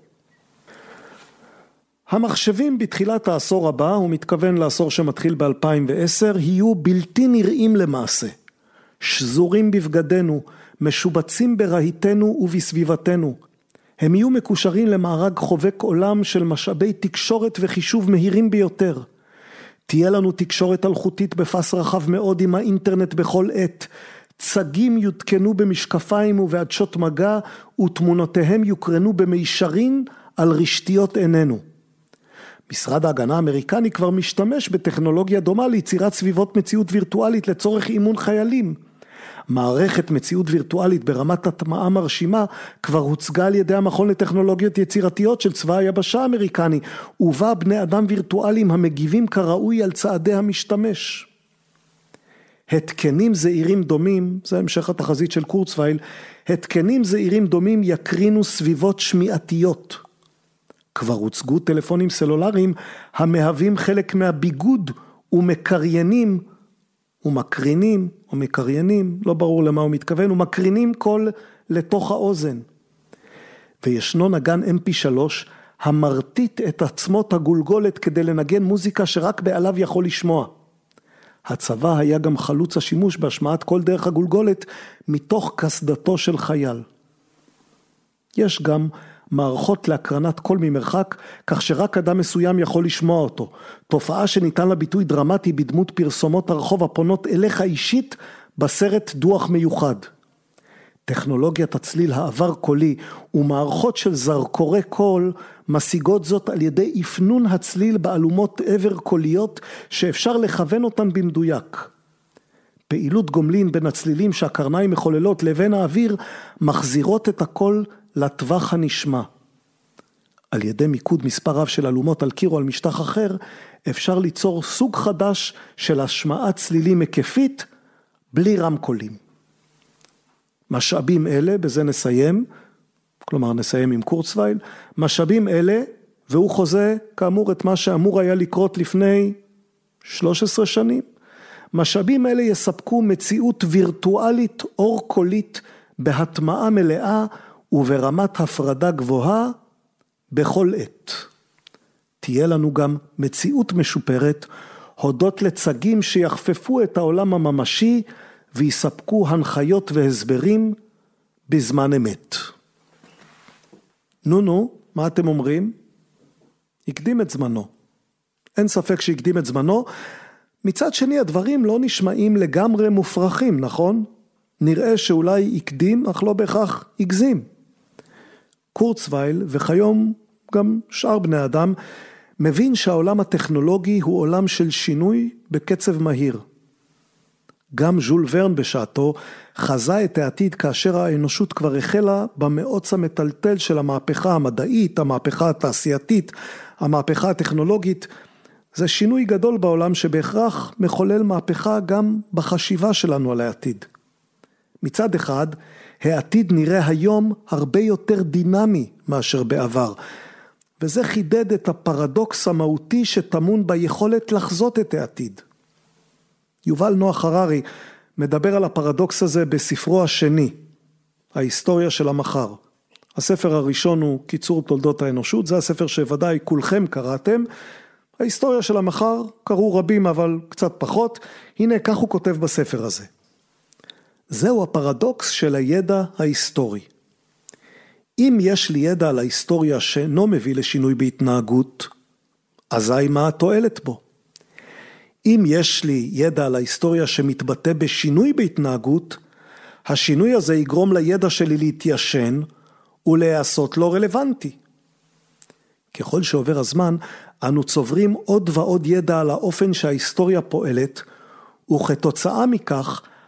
המחשבים בתחילת העשור הבא, הוא מתכוון לעשור שמתחיל ב-2010, יהיו בלתי נראים למעשה, שזורים בבגדנו, משובצים ברהיתנו ובסביבתנו. הם יהיו מקושרים למארג חובק עולם של משאבי תקשורת וחישוב מהירים ביותר. תהיה לנו תקשורת אלחוטית בפס רחב מאוד עם האינטרנט בכל עת. צגים יותקנו במשקפיים ובעדשות מגע, ותמונותיהם יוקרנו במישרין על רשתיות עינינו. משרד ההגנה האמריקני כבר משתמש בטכנולוגיה דומה ליצירת סביבות מציאות וירטואלית לצורך אימון חיילים. מערכת מציאות וירטואלית ברמת הטמעה מרשימה כבר הוצגה על ידי המכון לטכנולוגיות יצירתיות של צבא היבשה האמריקני, ובה בני אדם וירטואליים המגיבים כראוי על צעדי המשתמש. התקנים זעירים דומים, זה המשך התחזית של קורצווייל, התקנים זעירים דומים יקרינו סביבות שמיעתיות. כבר הוצגו טלפונים סלולריים המהווים חלק מהביגוד ומקריינים ומקרינים או מקריינים, לא ברור למה הוא מתכוון, ומקרינים קול לתוך האוזן. וישנו נגן MP3 המרטיט את עצמות הגולגולת כדי לנגן מוזיקה שרק בעליו יכול לשמוע. הצבא היה גם חלוץ השימוש בהשמעת קול דרך הגולגולת מתוך קסדתו של חייל. יש גם מערכות להקרנת קול ממרחק, כך שרק אדם מסוים יכול לשמוע אותו. תופעה שניתן לה ביטוי דרמטי בדמות פרסומות הרחוב הפונות אליך אישית בסרט דוח מיוחד. טכנולוגיית הצליל העבר קולי ומערכות של זרקורי קול משיגות זאת על ידי אפנון הצליל באלומות עבר קוליות שאפשר לכוון אותן במדויק. פעילות גומלין בין הצלילים שהקרניים מחוללות לבין האוויר מחזירות את הקול לטווח הנשמע. על ידי מיקוד מספר רב של אלומות על קיר או על משטח אחר, אפשר ליצור סוג חדש של השמעת צלילים היקפית בלי רמקולים. משאבים אלה, בזה נסיים, כלומר נסיים עם קורצווייל, משאבים אלה, והוא חוזה כאמור את מה שאמור היה לקרות לפני 13 שנים, משאבים אלה יספקו מציאות וירטואלית אור קולית בהטמעה מלאה וברמת הפרדה גבוהה בכל עת. תהיה לנו גם מציאות משופרת, הודות לצגים שיחפפו את העולם הממשי ויספקו הנחיות והסברים בזמן אמת. נו, מה אתם אומרים? הקדים את זמנו. אין ספק שהקדים את זמנו. מצד שני הדברים לא נשמעים לגמרי מופרכים, נכון? נראה שאולי הקדים, אך לא בהכרח הגזים. קורצווייל, וכיום גם שאר בני אדם, מבין שהעולם הטכנולוגי הוא עולם של שינוי בקצב מהיר. גם ז'ול ורן בשעתו חזה את העתיד כאשר האנושות כבר החלה במאוץ המטלטל של המהפכה המדעית, המהפכה התעשייתית, המהפכה הטכנולוגית. זה שינוי גדול בעולם שבהכרח מחולל מהפכה גם בחשיבה שלנו על העתיד. מצד אחד, העתיד נראה היום הרבה יותר דינמי מאשר בעבר, וזה חידד את הפרדוקס המהותי שטמון ביכולת לחזות את העתיד. יובל נוח הררי מדבר על הפרדוקס הזה בספרו השני, ההיסטוריה של המחר. הספר הראשון הוא קיצור תולדות האנושות, זה הספר שוודאי כולכם קראתם. ההיסטוריה של המחר קראו רבים אבל קצת פחות. הנה כך הוא כותב בספר הזה. זהו הפרדוקס של הידע ההיסטורי. אם יש לי ידע על ההיסטוריה שאינו מביא לשינוי בהתנהגות, אזי מה התועלת בו? אם יש לי ידע על ההיסטוריה שמתבטא בשינוי בהתנהגות, השינוי הזה יגרום לידע שלי להתיישן ולהיעשות לא רלוונטי. ככל שעובר הזמן, אנו צוברים עוד ועוד ידע על האופן שההיסטוריה פועלת, וכתוצאה מכך,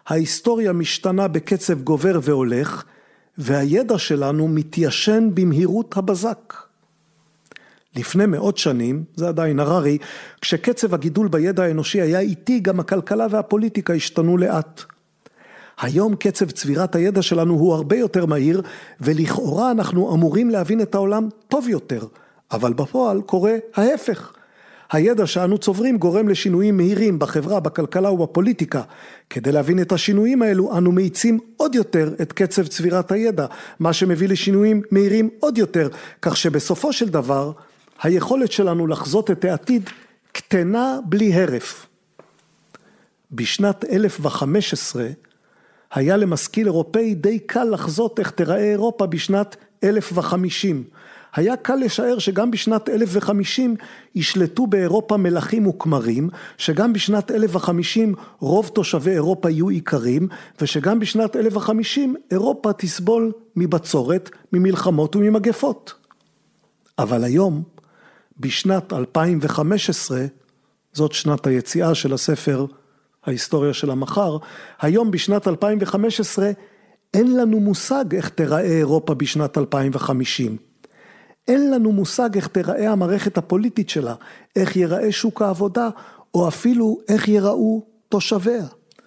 ההיסטוריה משתנה בקצב גובר והולך, והידע שלנו מתיישן במהירות הבזק. לפני מאות שנים, זה עדיין הררי, כשקצב הגידול בידע האנושי היה איטי, גם הכלכלה והפוליטיקה השתנו לאט. היום קצב צבירת הידע שלנו הוא הרבה יותר מהיר, ולכאורה אנחנו אמורים להבין את העולם טוב יותר, אבל בפועל קורה ההפך. הידע שאנו צוברים גורם לשינויים מהירים בחברה, בכלכלה ובפוליטיקה. כדי להבין את השינויים האלו, אנו מאיצים עוד יותר את קצב צבירת הידע, מה שמביא לשינויים מהירים עוד יותר, כך שבסופו של דבר, היכולת שלנו לחזות את העתיד קטנה בלי הרף. בשנת 1015, היה למשכיל אירופאי די קל לחזות איך תראה אירופה בשנת 1050. היה קל לשער שגם בשנת 1050 ישלטו באירופה מלכים וכמרים, שגם בשנת 1050 רוב תושבי אירופה יהיו עיקרים, ושגם בשנת 1050 אירופה תסבול מבצורת, ממלחמות וממגפות. אבל היום, בשנת 2015, זאת שנת היציאה של הספר ההיסטוריה של המחר, היום בשנת 2015 אין לנו מושג איך תראה אירופה בשנת 2050. אין לנו מושג איך תראה המערכת הפוליטית שלה, איך ייראה שוק העבודה, או אפילו איך ייראו תושביה.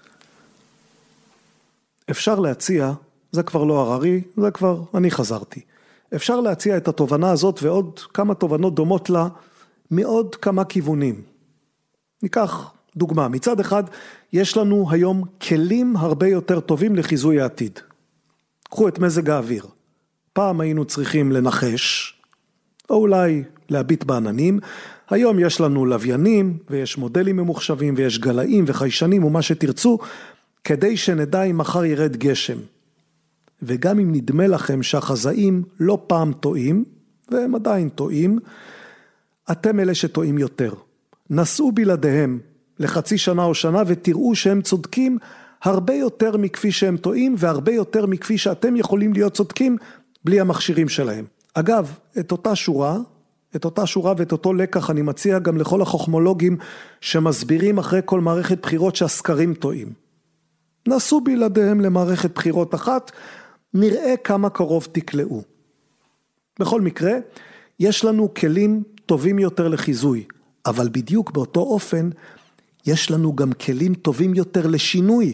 אפשר להציע, זה כבר לא הררי, זה כבר אני חזרתי. אפשר להציע את התובנה הזאת ועוד כמה תובנות דומות לה מעוד כמה כיוונים. ניקח דוגמה, מצד אחד יש לנו היום כלים הרבה יותר טובים לחיזוי העתיד. קחו את מזג האוויר. פעם היינו צריכים לנחש, או אולי להביט בעננים. היום יש לנו לוויינים, ויש מודלים ממוחשבים, ויש גלאים וחיישנים ומה שתרצו, כדי שנדע אם מחר ירד גשם. וגם אם נדמה לכם שהחזאים לא פעם טועים, והם עדיין טועים, אתם אלה שטועים יותר. נסעו בלעדיהם לחצי שנה או שנה ותראו שהם צודקים הרבה יותר מכפי שהם טועים, והרבה יותר מכפי שאתם יכולים להיות צודקים בלי המכשירים שלהם. אגב, את אותה שורה ואת אותו לקח אני מציע גם לכל החוכמולוגים שמסבירים אחרי כל מערכת בחירות שהסקרים טועים. נסו בלעדיהם למערכת בחירות אחת, נראה כמה קרוב תקלעו. בכל מקרה, יש לנו כלים טובים יותר לחיזוי, אבל בדיוק באותו אופן, יש לנו גם כלים טובים יותר לשינוי.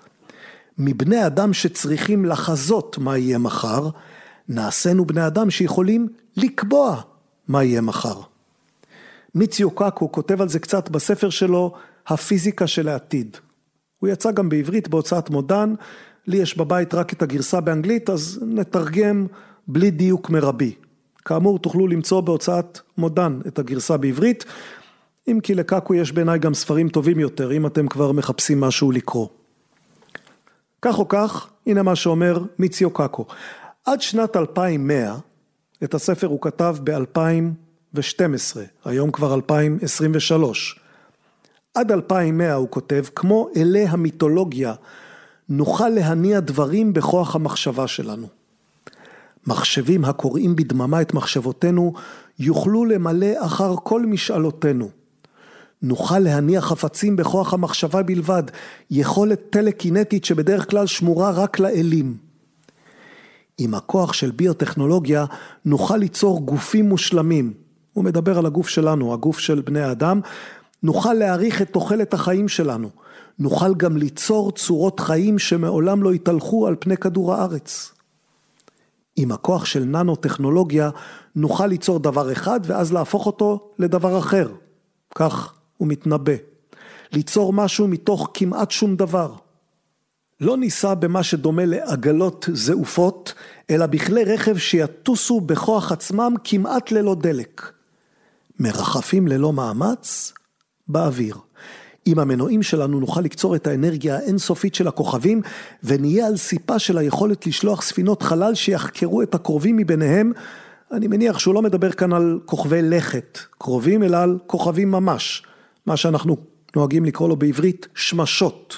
מבני אדם שצריכים לחזות מה יהיה מחר, נעשינו בני אדם שיכולים לקבוע מה יהיה מחר. מיציו קאקו כותב על זה קצת בספר שלו, הפיזיקה של העתיד. הוא יצא גם בעברית בהוצאת מודן, לי יש בבית רק את הגרסה באנגלית, אז נתרגם בלי דיוק מרבי. כאמור תוכלו למצוא בהוצאת מודן את הגרסה בעברית, אם כי לקאקו יש בעיניי גם ספרים טובים יותר, אם אתם כבר מחפשים משהו לקרוא. כך או כך, הנה מה שאומר מיציו קאקו. עד שנת 2100, את הספר הוא כתב ב-2012, היום כבר 2023. עד 2100 הוא כותב, כמו אלי המיתולוגיה, נוכל להניע דברים בכוח המחשבה שלנו. מחשבים הקוראים בדממה את מחשבותינו, יוכלו למלא אחר כל משאלותינו. נוכל להניע חפצים בכוח המחשבה בלבד, יכולת טלקינטית שבדרך כלל שמורה רק לאלים. עם הכוח של ביוטכנולוגיה נוכל ליצור גופים מושלמים. הוא מדבר על הגוף שלנו, הגוף של בני האדם. נוכל להאריך את תוחלת החיים שלנו. נוכל גם ליצור צורות חיים שמעולם לא יתהלכו על פני כדור הארץ. עם הכוח של ננו-טכנולוגיה נוכל ליצור דבר אחד ואז להפוך אותו לדבר אחר. כך הוא מתנבא. ליצור משהו מתוך כמעט שום דבר. לא ניסע במה שדומה לעגלות זעופות, אלא בכלי רכב שיטוסו בכוח עצמם כמעט ללא דלק. מרחפים ללא מאמץ באוויר. עם המנועים שלנו נוכל לקצור את האנרגיה האינסופית של הכוכבים, ונהיה על סיפה של היכולת לשלוח ספינות חלל שיחקרו את הקרובים מביניהם. אני מניח שהוא לא מדבר כאן על כוכבי לכת קרובים, אלא על כוכבים ממש, מה שאנחנו נוהגים לקרוא לו בעברית שמשות.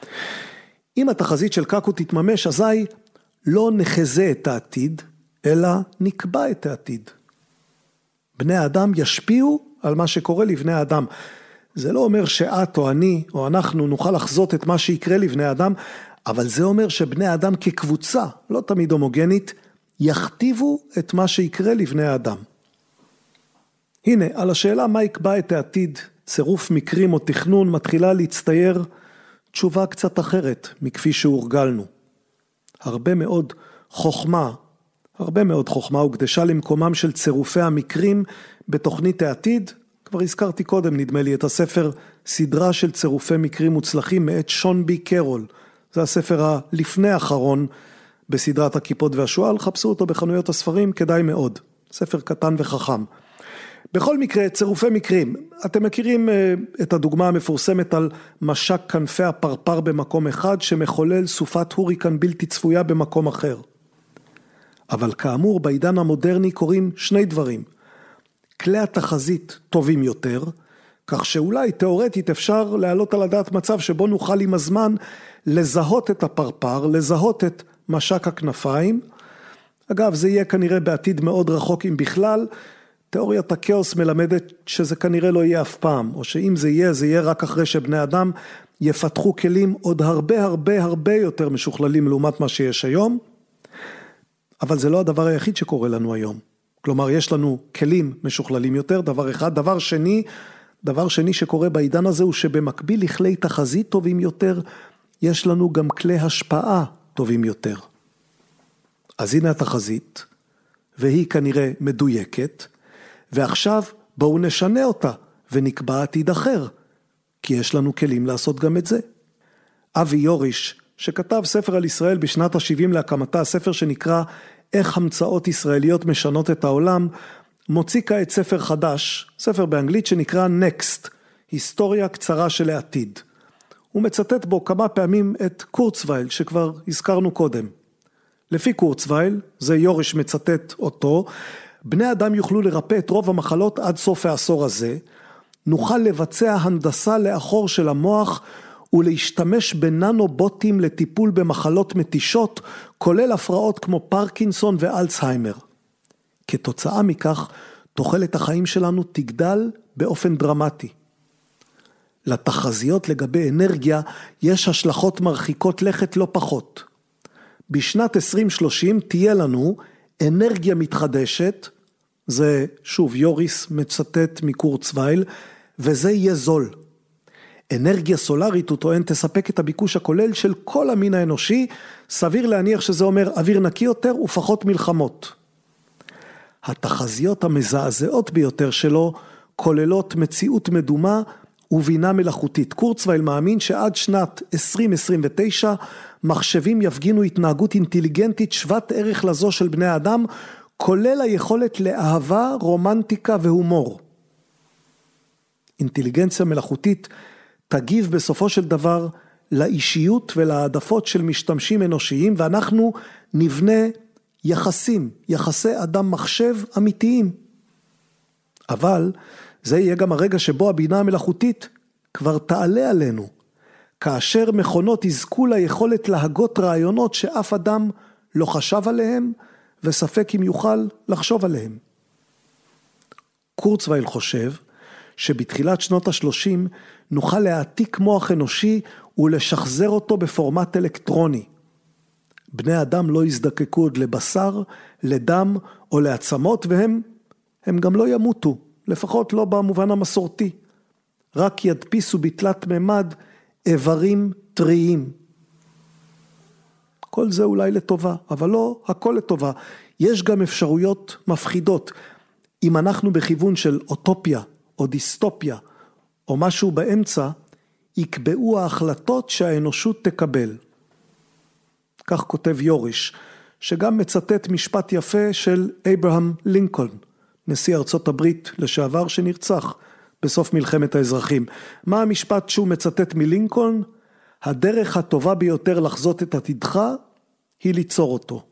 אם התחזית של קאקו תתממש, אזי לא נחזה את העתיד, אלא נקבע את העתיד. בני האדם ישפיעו על מה שקורה לבני האדם. זה לא אומר שאת או אני או אנחנו נוכל לחזות את מה שיקרה לבני אדם, אבל זה אומר שבני אדם כקבוצה, לא תמיד הומוגנית, יכתיבו את מה שיקרה לבני האדם. הנה, על השאלה מה יקבע את העתיד, צירוף מקרים או תכנון, מתחילה להצטייר תשובה קצת אחרת מכפי שהורגלנו. הרבה מאוד חוכמה הוקדשה למקומם של צירופי המקרים בתוכנית העתיד. כבר הזכרתי קודם, נדמה לי, את הספר סדרה של צירופי מקרים מוצלחים מאת שון בי קרול. זה הספר הלפני האחרון בסדרת הכיפות והשואל, חפשו אותו בחנויות הספרים, כדאי מאוד. ספר קטן וחכם. בכל מקרה, צירופי מקרים. אתם מכירים את הדוגמה המפורסמת על משק כנפי הפרפר במקום אחד, שמחולל סופת הוריקן בלתי צפויה במקום אחר. אבל כאמור, בעידן המודרני קורים שני דברים. כלי התחזית טובים יותר, כך שאולי תיאורטית אפשר להעלות על הדעת מצב שבו נוכל עם הזמן לזהות את הפרפר, לזהות את משק הכנפיים. אגב, זה יהיה כנראה בעתיד מאוד רחוק אם בכלל. תיאוריית הכאוס מלמדת שזה כנראה לא יהיה אף פעם, או שאם זה יהיה רק אחרי שבני אדם יפתחו כלים עוד הרבה יותר משוכללים לעומת מה שיש היום. אבל זה לא הדבר היחיד שקורה לנו היום. כלומר, יש לנו כלים משוכללים יותר, דבר אחד. דבר שני שקורה בעידן הזה הוא שבמקביל לכלי תחזית טובים יותר, יש לנו גם כלי השפעה טובים יותר. אז הנה התחזית, והיא כנראה מדויקת, ועכשיו בואו נשנה אותה ונקבע עתיד אחר, כי יש לנו כלים לעשות גם את זה. אבי יוריש, שכתב ספר על ישראל בשנת ה-70 להקמתה, ספר שנקרא איך המצאות ישראליות משנות את העולם, מוציא כעת ספר חדש, ספר באנגלית שנקרא Next, היסטוריה קצרה של העתיד. הוא מצטט בו כמה פעמים את קורצווייל שכבר הזכרנו קודם. לפי קורצווייל, זה יוריש מצטט אותו, בני אדם יוכלו לרפא את רוב המחלות עד סוף העשור הזה, נוכל לבצע הנדסה לאחור של המוח ולהשתמש בננובוטים לטיפול במחלות מתישות, כולל הפרעות כמו פרקינסון ואלצהיימר. כתוצאה מכך, תוחלת החיים שלנו תגדל באופן דרמטי. לתחזיות לגבי אנרגיה יש השלכות מרחיקות לכת לא פחות. בשנת 2030 תהיה לנו אנרגיה מתחדשת, זה שוב יוריס מצטט מקורצווייל, וזה יהיה זול. אנרגיה סולרית, הוא טוען, תספק את הביקוש הכולל של כל המין האנושי, סביר להניח שזה אומר אוויר נקי יותר ופחות מלחמות. התחזיות המזעזעות ביותר שלו כוללות מציאות מדומה ובינה מלאכותית. קורצווייל מאמין שעד שנת 2029 מחשבים יפגינו התנהגות אינטליגנטית שוות ערך לזו של בני האדם, כולל היכולת לאהבה, רומנטיקה והומור. אינטליגנציה מלאכותית תגיב בסופו של דבר לאישיות ולעדפות של משתמשים אנושיים, ואנחנו נבנה יחסי אדם מחשב אמיתיים. אבל זה יהיה גם הרגע שבו הבינה המלאכותית כבר תעלה עלינו, כאשר מכונות יזכו ליכולת להגות רעיונות שאף אדם לא חשב עליהם, וספק אם יוכל לחשוב עליהם. קורצווייל חושב שבתחילת שנות ה-30 נוכל להעתיק מוח אנושי ולשחזר אותו בפורמט אלקטרוני. בני אדם לא יזדקקו עוד לבשר, לדם או לעצמות, והם גם לא ימותו, לפחות לא במובן המסורתי. רק ידפיסו בתלת ממד איברים טריים. כל זה אולי לטובה, אבל לא הכל לטובה. יש גם אפשרויות מפחידות. אם אנחנו בכיוון של אוטופיה או דיסטופיה או משהו באמצע, יקבעו ההחלטות שהאנושות תקבל. כך כותב יוריש, שגם מצטט משפט יפה של אברהם לינקולן, נשיא ארצות הברית לשעבר שנרצח בסוף מלחמת האזרחים. מה המשפט שהוא מצטט מלינקולן? הדרך הטובה ביותר לחזות את עתידך היא ליצור אותו.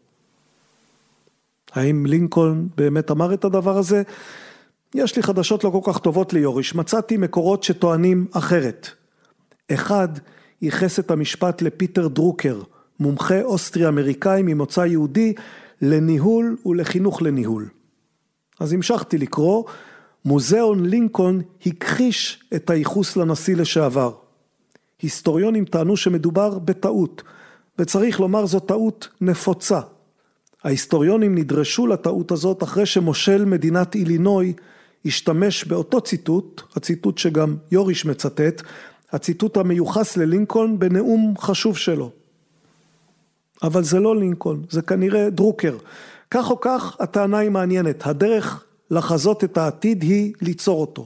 האם לינקולן באמת אמר את הדבר הזה? יש לי חדשות לא כל כך טובות ליוריש. מצאתי מקורות שטוענים אחרת. אחד ייחס את המשפט לפיטר דרוקר, מומחה אוסטרי-אמריקאי ממוצא יהודי, לניהול ולחינוך לניהול. אז המשכתי לקרוא, מוזיאון לינקולן הכחיש את הייחוס לנשיא לשעבר. היסטוריונים טענו שמדובר בטעות, וצריך לומר זו טעות נפוצה. ההיסטוריונים נדרשו לטעות הזאת אחרי שמושל מדינת אילינוי השתמש באותו ציטוט, הציטוט שגם יוריש מצטט, הציטוט המיוחס ללינקולן בנאום חשוב שלו. אבל זה לא לינקולן, זה כנראה דרוקר. כך או כך, הטענה היא מעניינת. הדרך לחזות את העתיד היא ליצור אותו.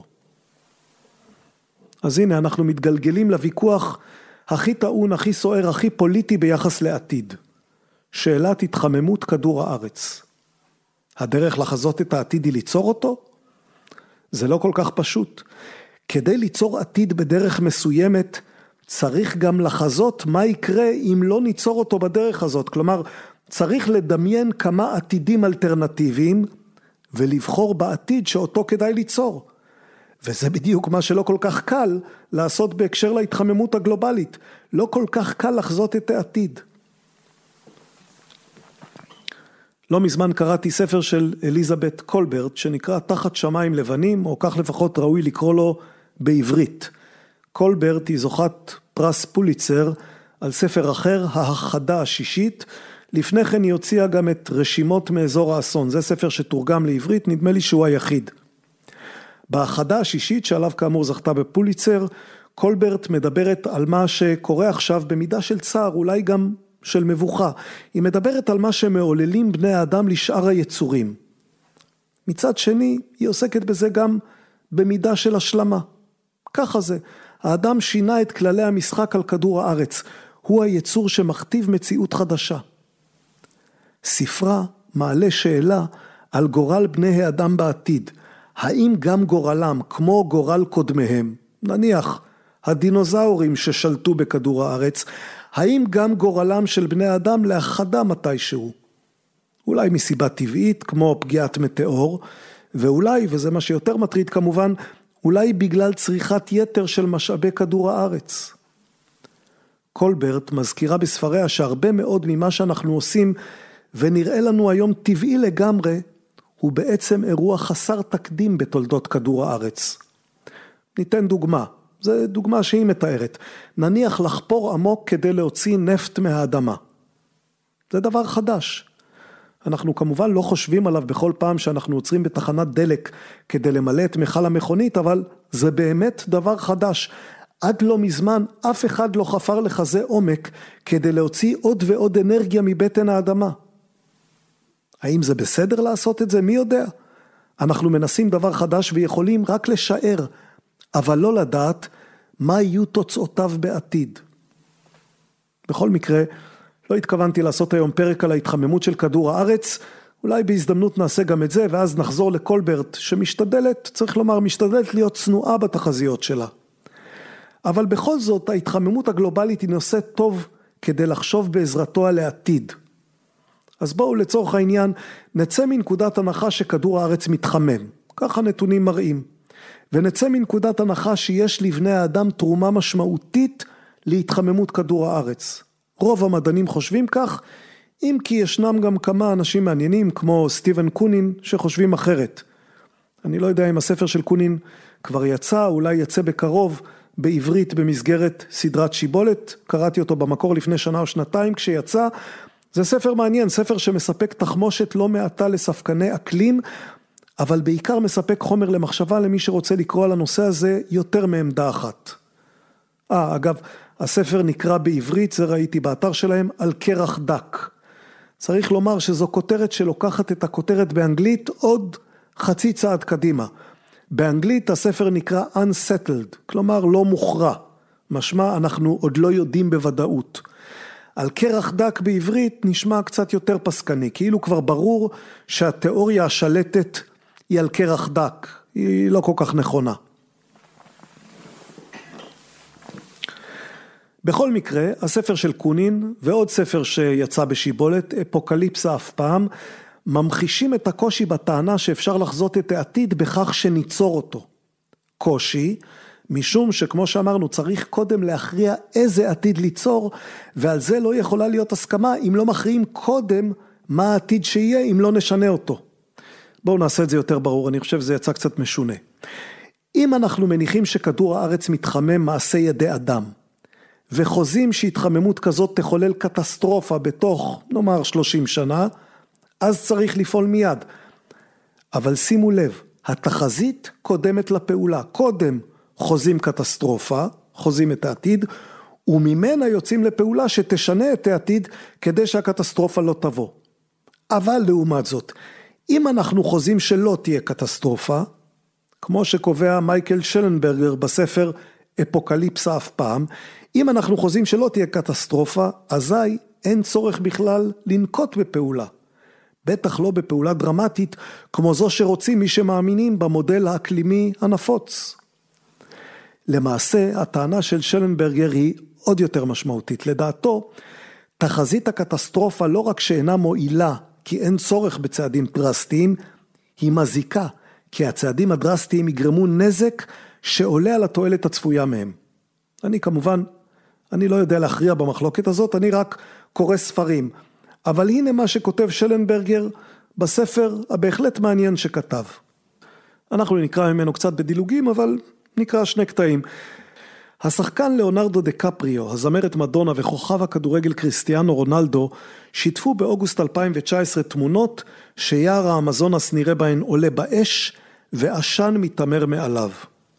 אז הנה, אנחנו מתגלגלים לוויכוח הכי טעון, הכי סוער, הכי פוליטי ביחס לעתיד. שאלת התחממות כדור הארץ. הדרך לחזות את העתיד היא ליצור אותו? זה לא כל כך פשוט. כדי ליצור עתיד בדרך מסוימת, צריך גם לחזות מה יקרה אם לא ניצור אותו בדרך הזאת. כלומר, צריך לדמיין כמה עתידים אלטרנטיביים, ולבחור בעתיד שאותו כדאי ליצור. וזה בדיוק מה שלא כל כך קל לעשות בהקשר להתחממות הגלובלית. לא כל כך קל לחזות את העתיד. לא מזמן קראתי ספר של אליזבת קולברט, שנקרא תחת שמיים לבנים, או כך לפחות ראוי לקרוא לו בעברית. קולברט היא זוכת פרס פוליצר על ספר אחר, ההכחדה השישית. לפני כן היא הוציאה גם את רשימות מאזור האסון. זה ספר שתורגם לעברית, נדמה לי שהוא היחיד. בהכחדה השישית, שעליו כאמור זכתה בפוליצר, קולברט מדברת על מה שקורה עכשיו במידה של צער, אולי גם של מבוכה. היא מדברת על מה שמעוללים בני האדם לשאר היצורים. מצד שני, היא עוסקת בזה גם במידה של השלמה. ככה זה. האדם שינה את כללי המשחק על כדור הארץ. הוא היצור שמכתיב מציאות חדשה. ספרה מעלה שאלה על גורל בני האדם בעתיד. האם גם גורלם, כמו גורל קודמיהם, נניח הדינוזאורים ששלטו בכדור הארץ, האם גם גורלם של בני האדם להכחדה מתישהו? אולי מסיבה טבעית, כמו פגיעת מטאור, ואולי, וזה מה שיותר מטריד כמובן, אולי בגלל צריכת יתר של משאבי כדור הארץ. קולברט מזכירה בספריה שהרבה מאוד ממה שאנחנו עושים, ונראה לנו היום טבעי לגמרי, הוא בעצם אירוע חסר תקדים בתולדות כדור הארץ. ניתן דוגמה, זו דוגמה שהיא מתארת. נניח לחפור עמוק כדי להוציא נפט מהאדמה. זה דבר חדש. אנחנו כמובן לא חושבים עליו בכל פעם שאנחנו עוצרים בתחנת דלק כדי למלא את מכל המכונית, אבל זה באמת דבר חדש. עד לא מזמן אף אחד לא חפר לכזה עומק כדי להוציא עוד ועוד אנרגיה מבטן האדמה. האם זה בסדר לעשות את זה? מי יודע? אנחנו מנסים דבר חדש ויכולים רק לשער, אבל לא לדעת מה יהיו תוצאותיו בעתיד. בכל מקרה, לא התכוונתי לעשות היום פרק על ההתחממות של כדור הארץ, אולי בהזדמנות נעשה גם את זה, ואז נחזור לקולברט שמשתדלת, צריך לומר, משתדלת להיות צנועה בתחזיות שלה. אבל בכל זאת, ההתחממות הגלובלית היא נושא טוב כדי לחשוב בעזרתו על העתיד. אז בואו לצורך העניין, נצא מנקודת הנחה שכדור הארץ מתחמם. ככה נתונים מראים. ונצא מנקודת הנחה שיש לבני האדם תרומה משמעותית להתחממות כדור הארץ. רוב המדענים חושבים כך, אם כי ישנם גם כמה אנשים מעניינים, כמו סטיבן קונין, שחושבים אחרת. אני לא יודע אם הספר של קונין כבר יצא, אולי יצא בקרוב, בעברית במסגרת סדרת שיבולת. קראתי אותו במקור לפני שנה או שנתיים כשיצא. זה ספר מעניין, ספר שמספק תחמושת לא מעטה לספקני אקלים, אבל בעיקר מספק חומר למחשבה למי שרוצה לקרוא על הנושא הזה יותר מעמדה אחת. אגב, הספר נקרא בעברית, זה ראיתי באתר שלהם, על קרח דק. צריך לומר שזו כותרת שלוקחת את הכותרת באנגלית עוד חצי צעד קדימה. באנגלית הספר נקרא unsettled, כלומר לא מוכרע. משמע אנחנו עוד לא יודעים בוודאות. על קרח דק בעברית נשמע קצת יותר פסקני, כאילו כבר ברור שהתיאוריה השלטת היא על קרח דק, היא לא כל כך נכונה. בכל מקרה, הספר של קונין ועוד ספר שיצא בשיבולת, אפוקליפסה אף פעם, ממחישים את הקושי בטענה שאפשר לחזות את העתיד בכך שניצור אותו. קושי, משום שכמו שאמרנו צריך קודם להכריע איזה עתיד ליצור, ועל זה לא יכולה להיות הסכמה אם לא מכריעים קודם מה העתיד שיהיה אם לא נשנה אותו. בואו נעשה את זה יותר ברור, אני חושב שזה יצא קצת משונה. אם אנחנו מניחים שכדור הארץ מתחמם מעשה ידי אדם, וחוזים שהתחממות כזאת תחולל קטסטרופה בתוך, נאמר 30 שנה, אז צריך לפעול מיד. אבל שימו לב, התחזית קודמת לפעולה. קודם חוזים קטסטרופה, חוזים את העתיד, וממנה יוצאים לפעולה שתשנה את העתיד כדי שהקטסטרופה לא תבוא. אבל לעומת זאת, אם אנחנו חוזים שלא תהיה קטסטרופה, כמו שקובע מייקל שלנברגר בספר אפוקליפסה אף פעם, אם אנחנו חוזים שלא תהיה קטסטרופה, אזי אין צורך בכלל לנקוט בפעולה. בטח לא בפעולה דרמטית, כמו זו שרוצים מי שמאמינים במודל האקלימי הנפוץ. למעשה, הטענה של שלנברגר היא עוד יותר משמעותית. לדעתו, תחזית הקטסטרופה לא רק שאינה מועילה, כי אין צורך בצעדים דרסטיים, היא מזיקה, כי הצעדים הדרסטיים יגרמו נזק שעולה על התועלת הצפויה מהם. אני לא יודע להכריע במחלוקת הזאת, אני רק קורא ספרים. אבל הנה מה שכותב שלנברגר בספר הבהחלט מעניין שכתב. אנחנו נקרא ממנו קצת בדילוגים, אבל נקרא שני קטעים. השחקן ליאונרדו דקפריו, הזמרת מדונה וכוכב הכדורגל קריסטיאנו רונלדו, שיתפו באוגוסט 2019 תמונות שיער האמזונס נראה בהן עולה באש ועשן מתמר מעליו.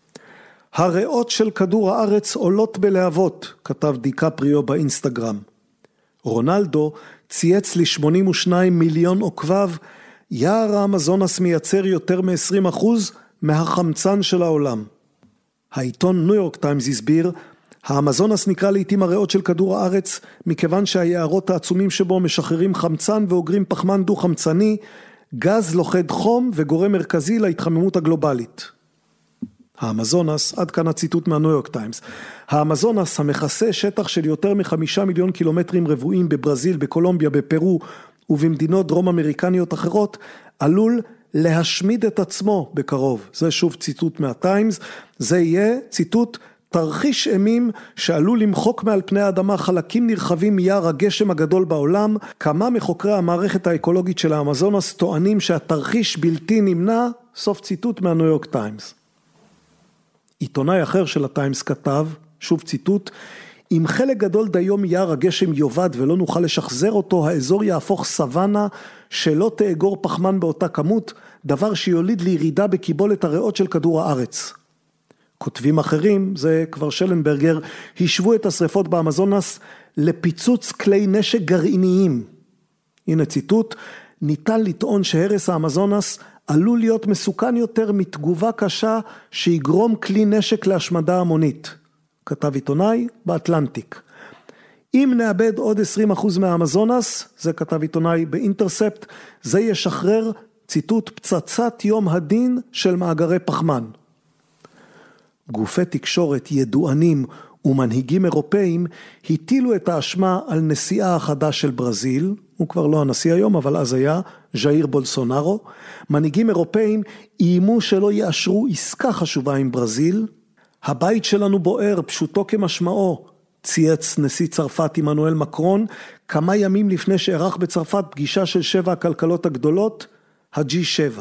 הריאות של כדור הארץ עולות בלהבות, כתב דיקפריו באינסטגרם. רונלדו צייץ ל-82 מיליון עוקביו, יער האמזונס מייצר יותר מ-20% מהחמצן של העולם. העיתון ניו יורק טיימס הסביר, האמזונס נקרא לעתים הריאות של כדור הארץ, מכיוון שהיערות העצומים שבו משחררים חמצן ואוגרים פחמן דו-חמצני, גז לוכד חום וגורם מרכזי להתחממות הגלובלית. האמזונס, עד כאן הציטוט מהניו יורק טיימס, האמזונס המכסה שטח של יותר מ5 מיליון קילומטרים רבועים בברזיל, בקולומביה, בפרו ובמדינות דרום אמריקניות אחרות, עלול להשמיד את עצמו בקרוב. זה שוב ציטוט מהטיימס, זה יהיה ציטוט תרחיש אימים שעלול למחוק מעל פני האדמה חלקים נרחבים מיער הגשם הגדול בעולם. כמה מחוקרי המערכת האקולוגית של האמזונס טוענים שהתרחיש בלתי נמנע, סוף ציטוט מהניו יורק טיימס. עיתונאי אחר של הטיימס כתב, שוב ציטוט, אם חלק גדול דיום יער הגשם יובד ולא נוכל לשחזר אותו, האזור יהפוך סוואנה שלא תאגור פחמן באותה כמות, דבר שיוליד לירידה בקיבולת הריאות של כדור הארץ. כותבים אחרים, זה כבר שלנברגר, השוו את השריפות באמזונס לפיצוץ כלי נשק גרעיניים. הנה ציטוט, ניתן לטעון שהרס האמזונס עלול להיות מסוכן יותר מתגובה קשה שיגרום כלי נשק להשמדה המונית. כתב עיתונאי באטלנטיק. אם נאבד עוד 20% מהאמזונס, זה כתב עיתונאי באינטרספט, זה ישחרר, ציטוט, פצצת יום הדין של מאגרי פחמן. גופי תקשורת ידוענים ומנהיגים אירופאים הטילו את האשמה על נשיאה החדש של ברזיל, הוא כבר לא הנשיא היום, אבל אז היה ז'איר בולסונארו. מנהיגים אירופאים איימו שלא יאשרו עסקה חשובה עם ברזיל. הבית שלנו בוער, פשוטו כמשמעו, צייץ נשיא צרפת עמנואל מקרון, כמה ימים לפני שערך בצרפת פגישה של 7 הכלכלות הגדולות, ה-G7.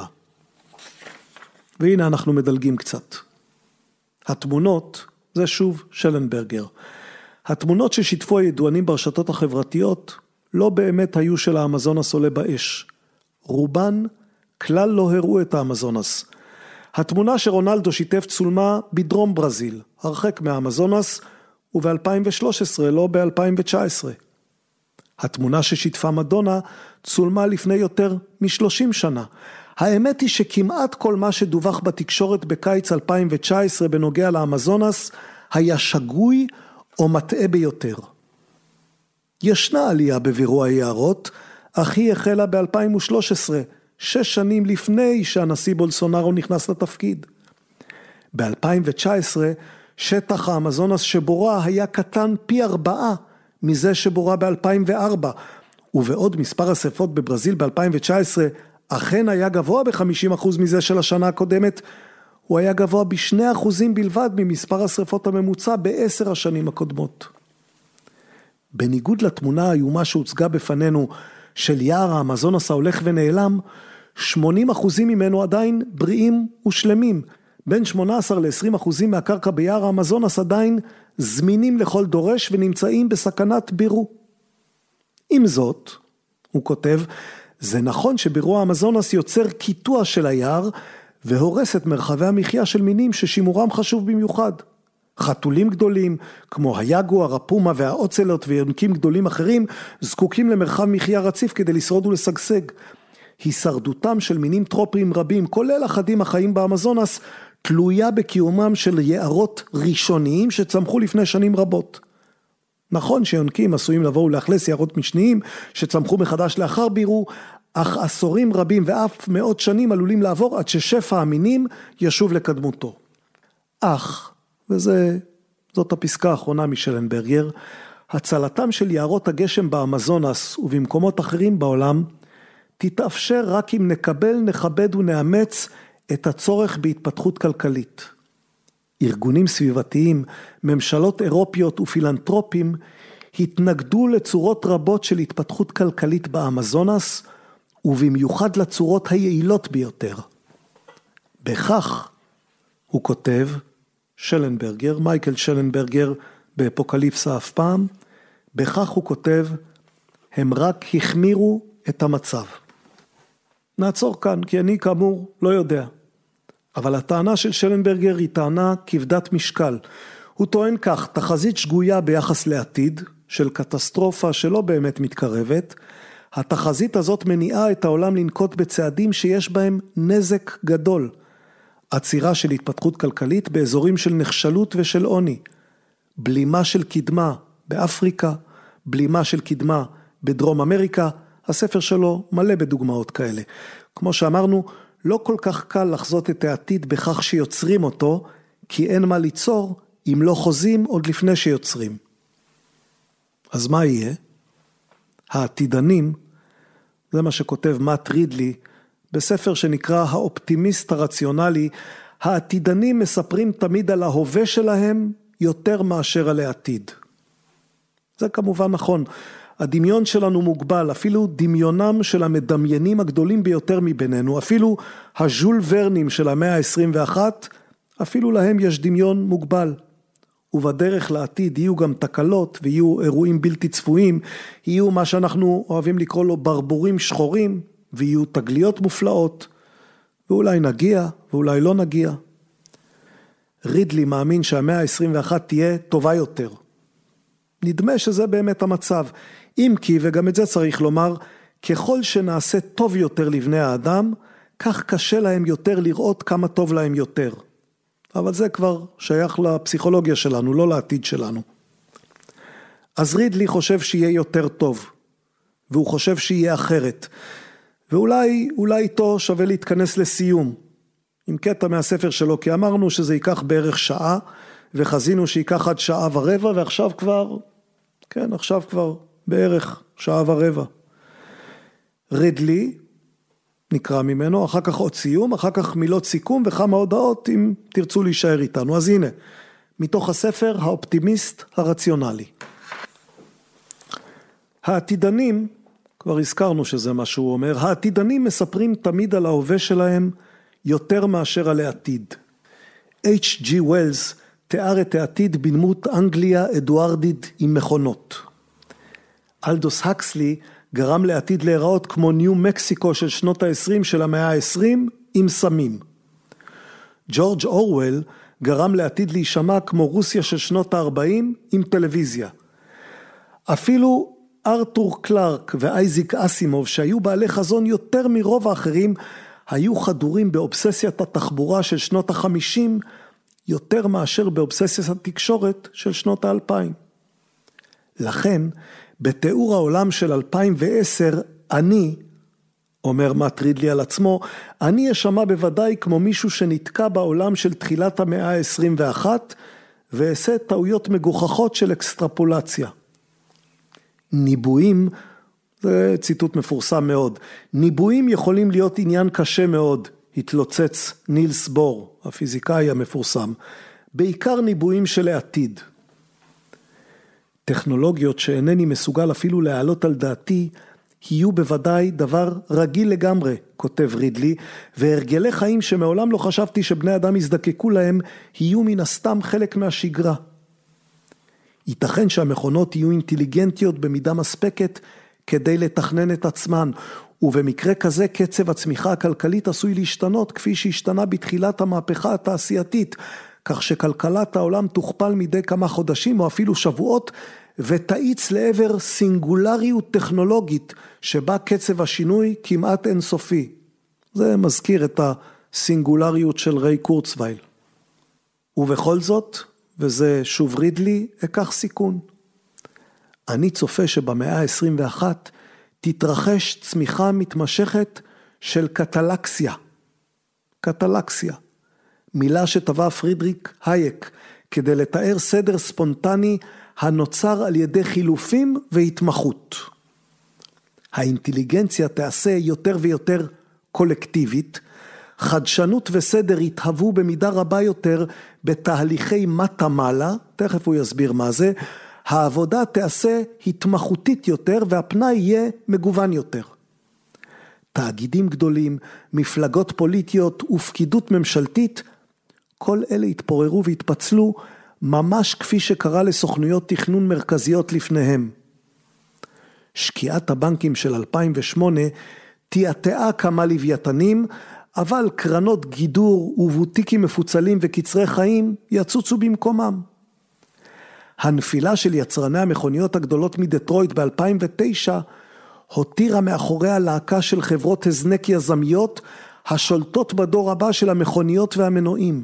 והנה אנחנו מדלגים קצת. התמונות, זה שוב שלנברגר. התמונות ששיתפו הידוענים ברשתות החברתיות, לא באמת היו של האמזונס עולה באש. רובן כלל לא הראו את האמזונס. התמונה שרונלדו שיתף צולמה בדרום ברזיל, הרחק מהאמזונס, וב-2013, לא ב-2019. התמונה ששיתפה מדונה צולמה לפני יותר מ-30 שנה. האמת היא שכמעט כל מה שדווח בתקשורת בקיץ 2019 בנוגע לאמזונס היה שגוי או מטעה ביותר. ישנה עלייה בבירור היערות, אך היא החלה ב-2013, 6 שנים לפני שהנשיא בולסונארו נכנס לתפקיד. ב-2019 שטח האמזונס שבורה היה קטן פי 4 מזה שבורה ב-2004, ובעוד מספר השרפות בברזיל ב-2019 אכן היה גבוה ב-50% מזה של השנה הקודמת, הוא היה גבוה ב2% בלבד ממספר השרפות הממוצע ב10 השנים הקודמות. בניגוד לתמונה האיומה שהוצגה בפנינו של יער האמזונס ההולך ונעלם, 80% ממנו עדיין בריאים ושלמים. בין 18 ל-20% מהקרקע ביער האמזונס עדיין זמינים לכל דורש ונמצאים בסכנת בירו. עם זאת, הוא כותב, זה נכון שבירו האמזונס יוצר קיטוע של היער והורס את מרחבי המחיה של מינים ששימורם חשוב במיוחד. חתולים גדולים, כמו היגואר, הפומה והאוצלוט ויונקים גדולים אחרים, זקוקים למרחב מחיה רציף כדי לשרוד ולשגשג. הישרדותם של מינים טרופיים רבים, כולל אחדים החיים באמזונס, תלויה בקיומם של יערות ראשוניים שצמחו לפני שנים רבות. נכון שיונקים עשויים לבוא ולאכלס יערות משניים שצמחו מחדש לאחר בירו, אך עשורים רבים ואף מאות שנים עלולים לעבור עד ששפע המינים ישוב לקדמותו. אך, וזאת הפסקה האחרונה משלנברגר, הצלתם של יערות הגשם באמזונס ובמקומות אחרים בעולם, תתאפשר רק אם נקבל, נכבד ונאמץ את הצורך בהתפתחות כלכלית. ארגונים סביבתיים, ממשלות אירופיות ופילנטרופים התנגדו לצורות רבות של התפתחות כלכלית באמזונס, ובמיוחד לצורות היעילות ביותר. בכך, הוא כותב, שלנברגר, מייקל שלנברגר באפוקליפסה אף פעם, בכך הוא כותב, הם רק החמירו את המצב. נעצור כאן, כי אני כאמור לא יודע. אבל הטענה של שלנברגר היא טענה כבדת משקל. הוא טוען כך, תחזית שגויה ביחס לעתיד, של קטסטרופה שלא באמת מתקרבת, התחזית הזאת מניעה את העולם לנקוט בצעדים שיש בהם נזק גדול. עצירה של התפתחות כלכלית באזורים של נחשלות ושל עוני, בלימה של קדמה באפריקה, בלימה של קדמה בדרום אמריקה, הספר שלו מלא בדוגמאות כאלה. כמו שאמרנו, לא כל כך קל לחזות את העתיד בכך שיוצרים אותו, כי אין מה ליצור אם לא חוזים עוד לפני שיוצרים. אז מה יהיה? העתידנים, זה מה שכותב מאט רידלי, בספר שנקרא האופטימיסט הרציונלי, העתידנים מספרים תמיד על ההווה שלהם יותר מאשר על העתיד. זה כמובן נכון. הדמיון שלנו מוגבל, אפילו דמיונם של המדמיינים הגדולים ביותר מבינינו, אפילו הז'ול ורנים של המאה ה-21, אפילו להם יש דמיון מוגבל. ובדרך לעתיד יהיו גם תקלות ויהיו אירועים בלתי צפויים, יהיו מה שאנחנו אוהבים לקרוא לו ברבורים שחורים, ויהיו תגליות מופלאות, ואולי נגיע ואולי לא נגיע. רידלי מאמין שהמאה ה-21 תהיה טובה יותר. נדמה שזה באמת המצב, אם כי, וגם את זה צריך לומר, ככל שנעשה טוב יותר לבני האדם, כך קשה להם יותר לראות כמה טוב להם יותר. אבל זה כבר שייך לפסיכולוגיה שלנו, לא לעתיד שלנו. אז רידלי חושב שיהיה יותר טוב, והוא חושב שיהיה אחרת, ואולי איתו שווה להתכנס לסיום, עם קטע מהספר שלו, כי אמרנו שזה ייקח בערך שעה, וחזינו שיקח עד שעה ורבע, ועכשיו כבר בערך שעה ורבע. רידלי, נקרא ממנו, אחר כך עוד סיום, אחר כך מילות סיכום וכמה הודעות אם תרצו להישאר איתנו. אז הנה, מתוך הספר האופטימיסט הרציונלי. העתידנים, כבר הזכרנו שזה מה שהוא אומר, העתידנים מספרים תמיד על ההווה שלהם יותר מאשר על העתיד. H.G. Wells תיאר את העתיד בדמות אנגליה אדוארדית עם מכונות. אלדוס הקסלי גרם לעתיד להיראות כמו ניו מקסיקו של שנות ה-20 של המאה ה-20 עם סמים. ג'ורג' אורוול גרם לעתיד להישמע כמו רוסיה של שנות ה-40 עם טלוויזיה. אפילו ארתור קלארק ואייזיק אסימוב שהיו בעלי חזון יותר מרוב האחרים, היו חדורים באובססיית התחבורה של שנות ה-50 יותר מאשר באובססיית התקשורת של שנות ה-2000. לכן, בתיאור העולם של 2010, אני, אומר מאט רידלי על עצמו, אני אשמע בוודאי כמו מישהו שנתקע בעולם של תחילת המאה ה-21, ועשה טעויות מגוחכות של אקסטרפולציה. ניבויים, זה ציטוט מפורסם מאוד, ניבויים יכולים להיות עניין קשה מאוד, התלוצץ נילס בור, הפיזיקאי המפורסם, בעיקר ניבויים של העתיד. טכנולוגיות שאינני מסוגל אפילו להעלות על דעתי, יהיו בוודאי דבר רגיל לגמרי, כותב רידלי, והרגלי חיים שמעולם לא חשבתי שבני אדם יזדקקו להם, יהיו מן הסתם חלק מהשגרה. ייתכן שהמכונות יהיו אינטליגנטיות במידה מספקת כדי לתכנן את עצמן, ובמקרה כזה קצב הצמיחה הכלכלית עשוי להשתנות כפי שהשתנה בתחילת המהפכה התעשייתית, כך שכלכלת העולם תוכפל מדי כמה חודשים או אפילו שבועות, ותאיץ לעבר סינגולריות טכנולוגית שבה קצב השינוי כמעט אינסופי. זה מזכיר את הסינגולריות של ריי קורצווייל. ובכל זאת, וזה שוב רידלי, אקח סיכון. אני צופה שבמאה ה-21 תתרחש צמיחה מתמשכת של קטלקסיה. קטלקסיה, מילה שטבע פרידריק הייק כדי לתאר סדר ספונטני הנוצר על ידי חילופים והתמחות. האינטליגנציה תעשה יותר ויותר קולקטיבית, חדשנות וסדר יתהוו במידה רבה יותר בתהליכי מטה-מעלה, תכף הוא יסביר מה זה, העבודה תעשה התמחותית יותר והפנאי יהיה מגוון יותר. תאגידים גדולים, מפלגות פוליטיות ופקידות ממשלתית, כל אלה התפוררו והתפצלו ממש כפי שקרה לסוכנויות תכנון מרכזיות לפניהם. שקיעת הבנקים של 2008 תיעתעה כמה לוויתנים, אבל קרנות גידור ובוטיקים מפוצלים וקצרי חיים יצוצו במקומם. הנפילה של יצרני המכוניות הגדולות מדטרויט ב-2009 הותירה מאחוריה להקה של חברות הזנק יזמיות השולטות בדור הבא של המכוניות והמנועים.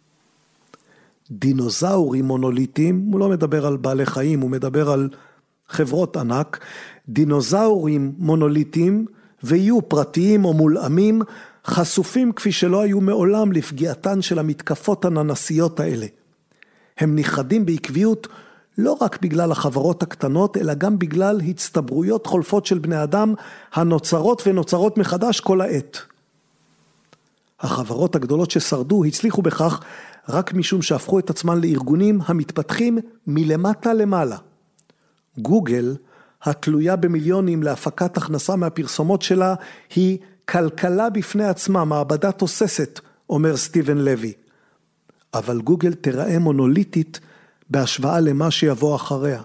דינוזאורים מונוליטיים, הוא לא מדבר על בעלי חיים, הוא מדבר על חברות ענק, דינוזאורים מונוליטיים ויהיו פרטיים או מולאמים, חשופים כפי שלא היו מעולם לפגיעתן של המתקפות הננסיות האלה. הם נכחדים בעקביות לא רק בגלל החברות הקטנות, אלא גם בגלל הצטברויות חולפות של בני אדם הנוצרות ונוצרות מחדש כל העת. החברות הגדולות ששרדו הצליחו בכך רק משום שהפכו את עצמן לארגונים המתפתחים מלמטה למעלה. גוגל, התלויה במיליונים להפקת הכנסה מהפרסומות שלה, היא כלכלה בפני עצמה, מעבדה תוססת, אומר סטיבן לוי. אבל גוגל תראה מונוליטית בהשוואה למה שיבוא אחריה.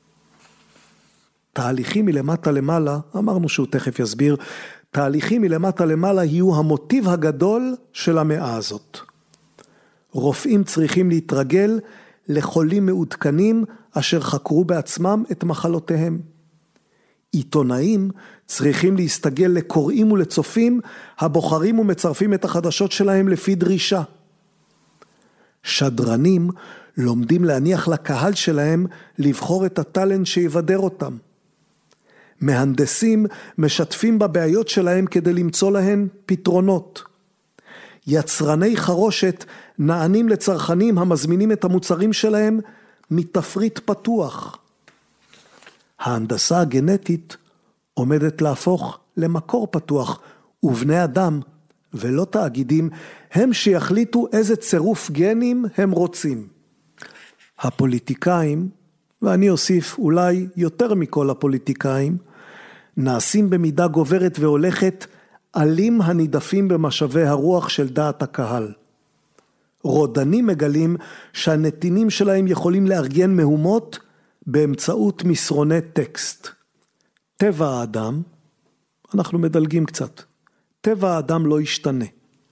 תהליכים מלמטה למעלה, אמרנו שהוא תכף יסביר, תהליכים מלמטה למעלה יהיו המוטיב הגדול של המאה הזאת. רופאים צריכים להתרגל לחולים מעודכנים אשר חקרו בעצמם את מחלותיהם. עיתונאים צריכים להסתגל לקוראים ולצופים הבוחרים ומצרפים את החדשות שלהם לפי דרישה. שדרנים לומדים להניח לקהל שלהם לבחור את הטלנט שיבדר אותם. מהנדסים משתפים בבעיות שלהם כדי למצוא להן פתרונות. יצרני חרושת נענים לצרכנים המזמינים את המוצרים שלהם מתפריט פתוח. ההנדסה הגנטית עומדת להפוך למקור פתוח, ובני אדם ולא תאגידים הם שיחליטו איזה צירוף גנים הם רוצים. הפוליטיקאים, ואני אוסיף אולי יותר מכל הפוליטיקאים, נעשים במידה גוברת והולכת עלים הנידפים במשאבי הרוח של דעת הקהל. רודנים מגלים שהנתינים שלהם יכולים לארגן מהומות באמצעות מסרוני טקסט. טבע האדם, אנחנו מדלגים קצת, טבע האדם לא ישתנה.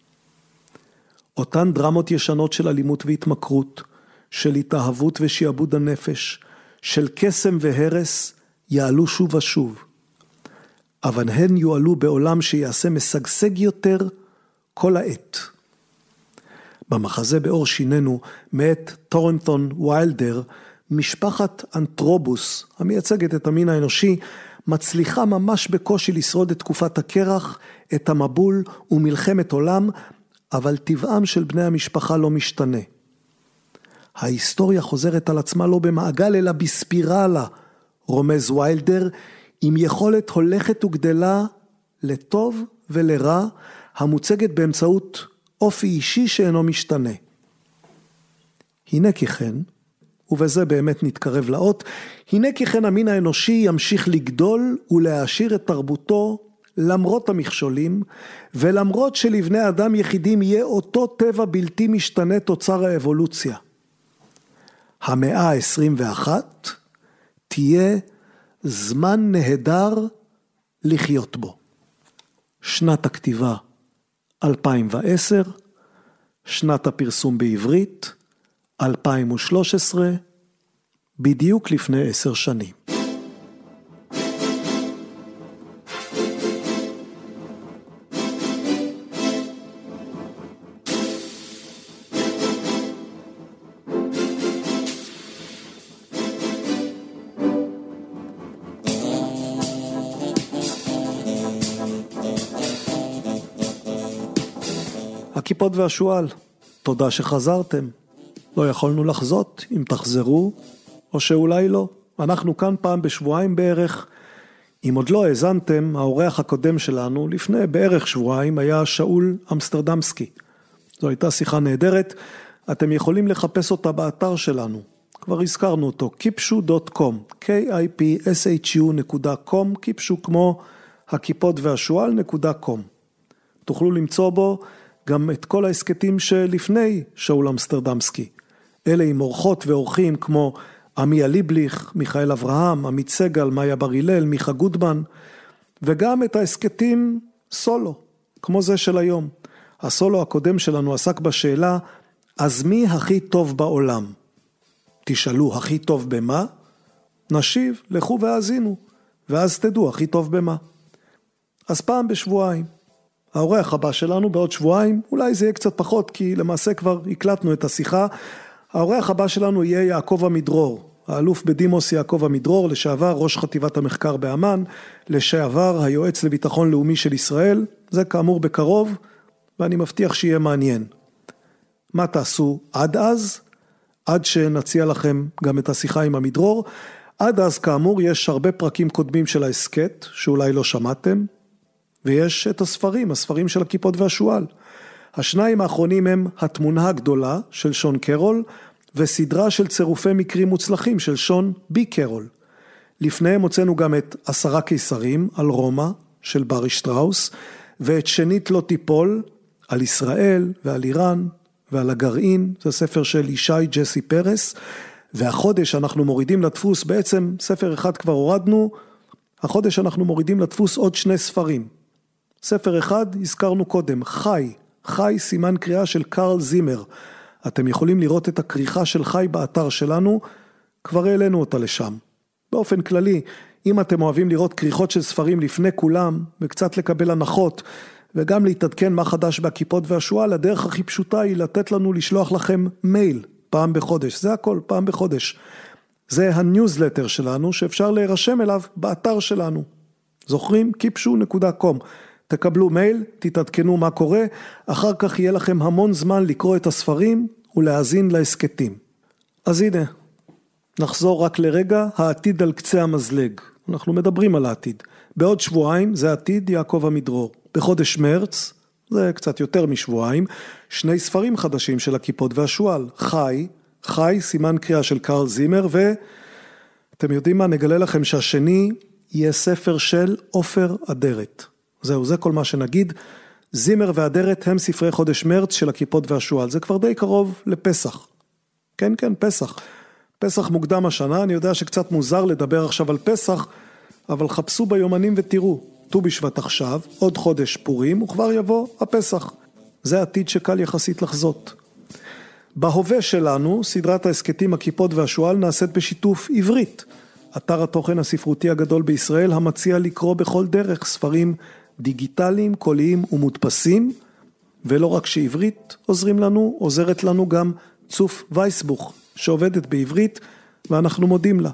אותן דרמות ישנות של אלימות והתמכרות, של התאהבות ושיעבוד הנפש, של קסם והרס, יעלו שוב ושוב. אבל הן יועלו בעולם שיעשה משגשג יותר כל העת. במחזה באור שיננו, מאת טורנטון ויילדר, משפחת אנטרובוס, המייצגת את המין האנושי, מצליחה ממש בקושי לשרוד את תקופת הקרח, את המבול ומלחמת עולם, אבל טבעם של בני המשפחה לא משתנה. ההיסטוריה חוזרת על עצמה לא במעגל אלא בספירלה, רומז ויילדר, עם יכולת הולכת וגדלה לטוב ולרע, המוצגת באמצעות אופי אישי שאינו משתנה. הנה כי כן, ובזה באמת נתקרב לאות, הנה כי כן המין האנושי ימשיך לגדול ולהעשיר את תרבותו למרות המכשולים, ולמרות שלבני אדם יחידים יהיה אותו טבע בלתי משתנה תוצר האבולוציה. המאה ה-21 תהיה זמן נהדר לחיות בו. שנת הכתיבה 2010, שנת הפרסום בעברית 2013, בדיוק לפני 10 שנים. הכיפות והשואל, תודה שחזרתם. לא יכולנו לחזות אם תחזרו, או שאולי לא. אנחנו כאן פעם בשבועיים בערך. אם עוד לא האזנתם, האורח הקודם שלנו, לפני בערך שבועיים, היה שאול אמסטרדמסקי. זו הייתה שיחה נהדרת, אתם יכולים לחפש אותה באתר שלנו. כבר הזכרנו אותו, kipshu.com, kipshu.com, kipshu כמו הכיפות והשואל.com. תוכלו למצוא בו גם את כל העסקתים שלפני שאול אמסטרדמסקי. אלה עם אורחות ואורחים כמו עמיה ליבליך, מיכאל אברהם, עמית סגל, מאיה בר הלל, מיכה גודמן, וגם את העסקתים סולו, כמו זה של היום. הסולו הקודם שלנו עסק בשאלה, אז מי הכי טוב בעולם? תשאלו, הכי טוב במה? נשיב, לכו והאזינו, ואז תדעו, הכי טוב במה. אז פעם בשבועיים. האורח הבא שלנו בעוד שבועיים, אולי זה יהיה קצת פחות, כי למעשה כבר הקלטנו את השיחה. האורח הבא שלנו יהיה יעקב עמידרור, האלוף בדימוס יעקב עמידרור, לשעבר ראש חטיבת המחקר באמן, לשעבר היועץ לביטחון לאומי של ישראל, זה כאמור בקרוב, ואני מבטיח שיהיה מעניין. מה תעשו עד אז? עד שנציע לכם גם את השיחה עם עמידרור. עד אז כאמור יש הרבה פרקים קודמים של העסקת, שאולי לא שמעתם, ויש את הספרים של הכיפות והשואל. השניים האחרונים הם התמונה הגדולה של שון קרול, וסדרה של צירופי מקרים מוצלחים של שון בי קרול. לפניהם הוצאנו גם את 10 קיסרים על רומא של ברי שטראוס, ואת שנית לא תיפול על ישראל ועל איראן ועל הגרעין, זה ספר של ישי ג'סי פרס, והחודש אנחנו מורידים לדפוס, בעצם ספר אחד כבר הורדנו, החודש אנחנו מורידים לדפוס עוד 2 ספרים. ספר אחד הזכרנו קודם, חי סימן קריאה של קרל זימר. אתם יכולים לראות את הכריכה של חי באתר שלנו, כבר העלינו אותה לשם. באופן כללי, אם אתם אוהבים לראות כריכות של ספרים לפני כולם, וקצת לקבל הנחות, וגם להתעדכן מה חדש בכיפות והשואל, הדרך הכי פשוטה היא לתת לנו לשלוח לכם מייל פעם בחודש. זה הכל, פעם בחודש. זה הניוזלטר שלנו, שאפשר להירשם אליו באתר שלנו. זוכרים? kipshu.com. תקבלו מייל, תתעדכנו מה קורה, אחר כך יהיה לכם המון זמן לקרוא את הספרים ולהאזין לעסקתים. אז הנה, נחזור רק לרגע, העתיד על קצה המזלג. אנחנו מדברים על העתיד. בעוד שבועיים זה עתיד יעקב עמידרור. בחודש מרץ, זה קצת יותר משבועיים, 2 ספרים חדשים של הכיפות והשואל. חי, סימן קריאה של קרל זימר, ואתם יודעים מה, נגלה לכם שהשני יהיה ספר של עופר אדרת. זהו, זה כל מה שנגיד. זימר ואדרת הם ספרי חודש מרץ של הכיפות והשואל. זה כבר די קרוב לפסח. כן, פסח. פסח מוקדם השנה, אני יודע שקצת מוזר לדבר עכשיו על פסח, אבל חפשו ביומנים ותראו. ט"ו בשבט עכשיו, עוד חודש פורים, וכבר יבוא הפסח. זה עתיד שקל יחסית לחזות. בהווה שלנו, סדרת העסקתים הכיפות והשואל נעשית בשיתוף עברית. אתר התוכן הספרותי הגדול בישראל המציע לקרוא בכל דרך ספרים דיגיטליים, קוליים ומודפסים, ולא רק שעברית עוזרת לנו גם צוף וייסבוך, שעובדת בעברית, ואנחנו מודים לה.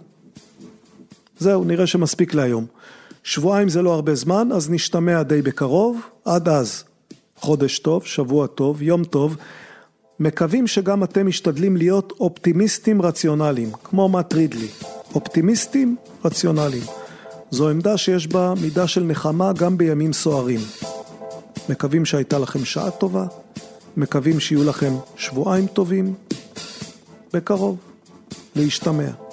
זהו, נראה שמספיק להיום. שבועיים זה לא הרבה זמן, אז נשתמע די בקרוב. עד אז, חודש טוב, שבוע טוב, יום טוב. מקווים שגם אתם משתדלים להיות אופטימיסטים רציונליים, כמו מאט רידלי. אופטימיסטים רציונליים. זו עמדה שיש בה מידה של נחמה גם בימים סוערים. מקווים שהייתה לכם שעה טובה, מקווים שיהיו לכם שבועיים טובים, בקרוב. להשתמע.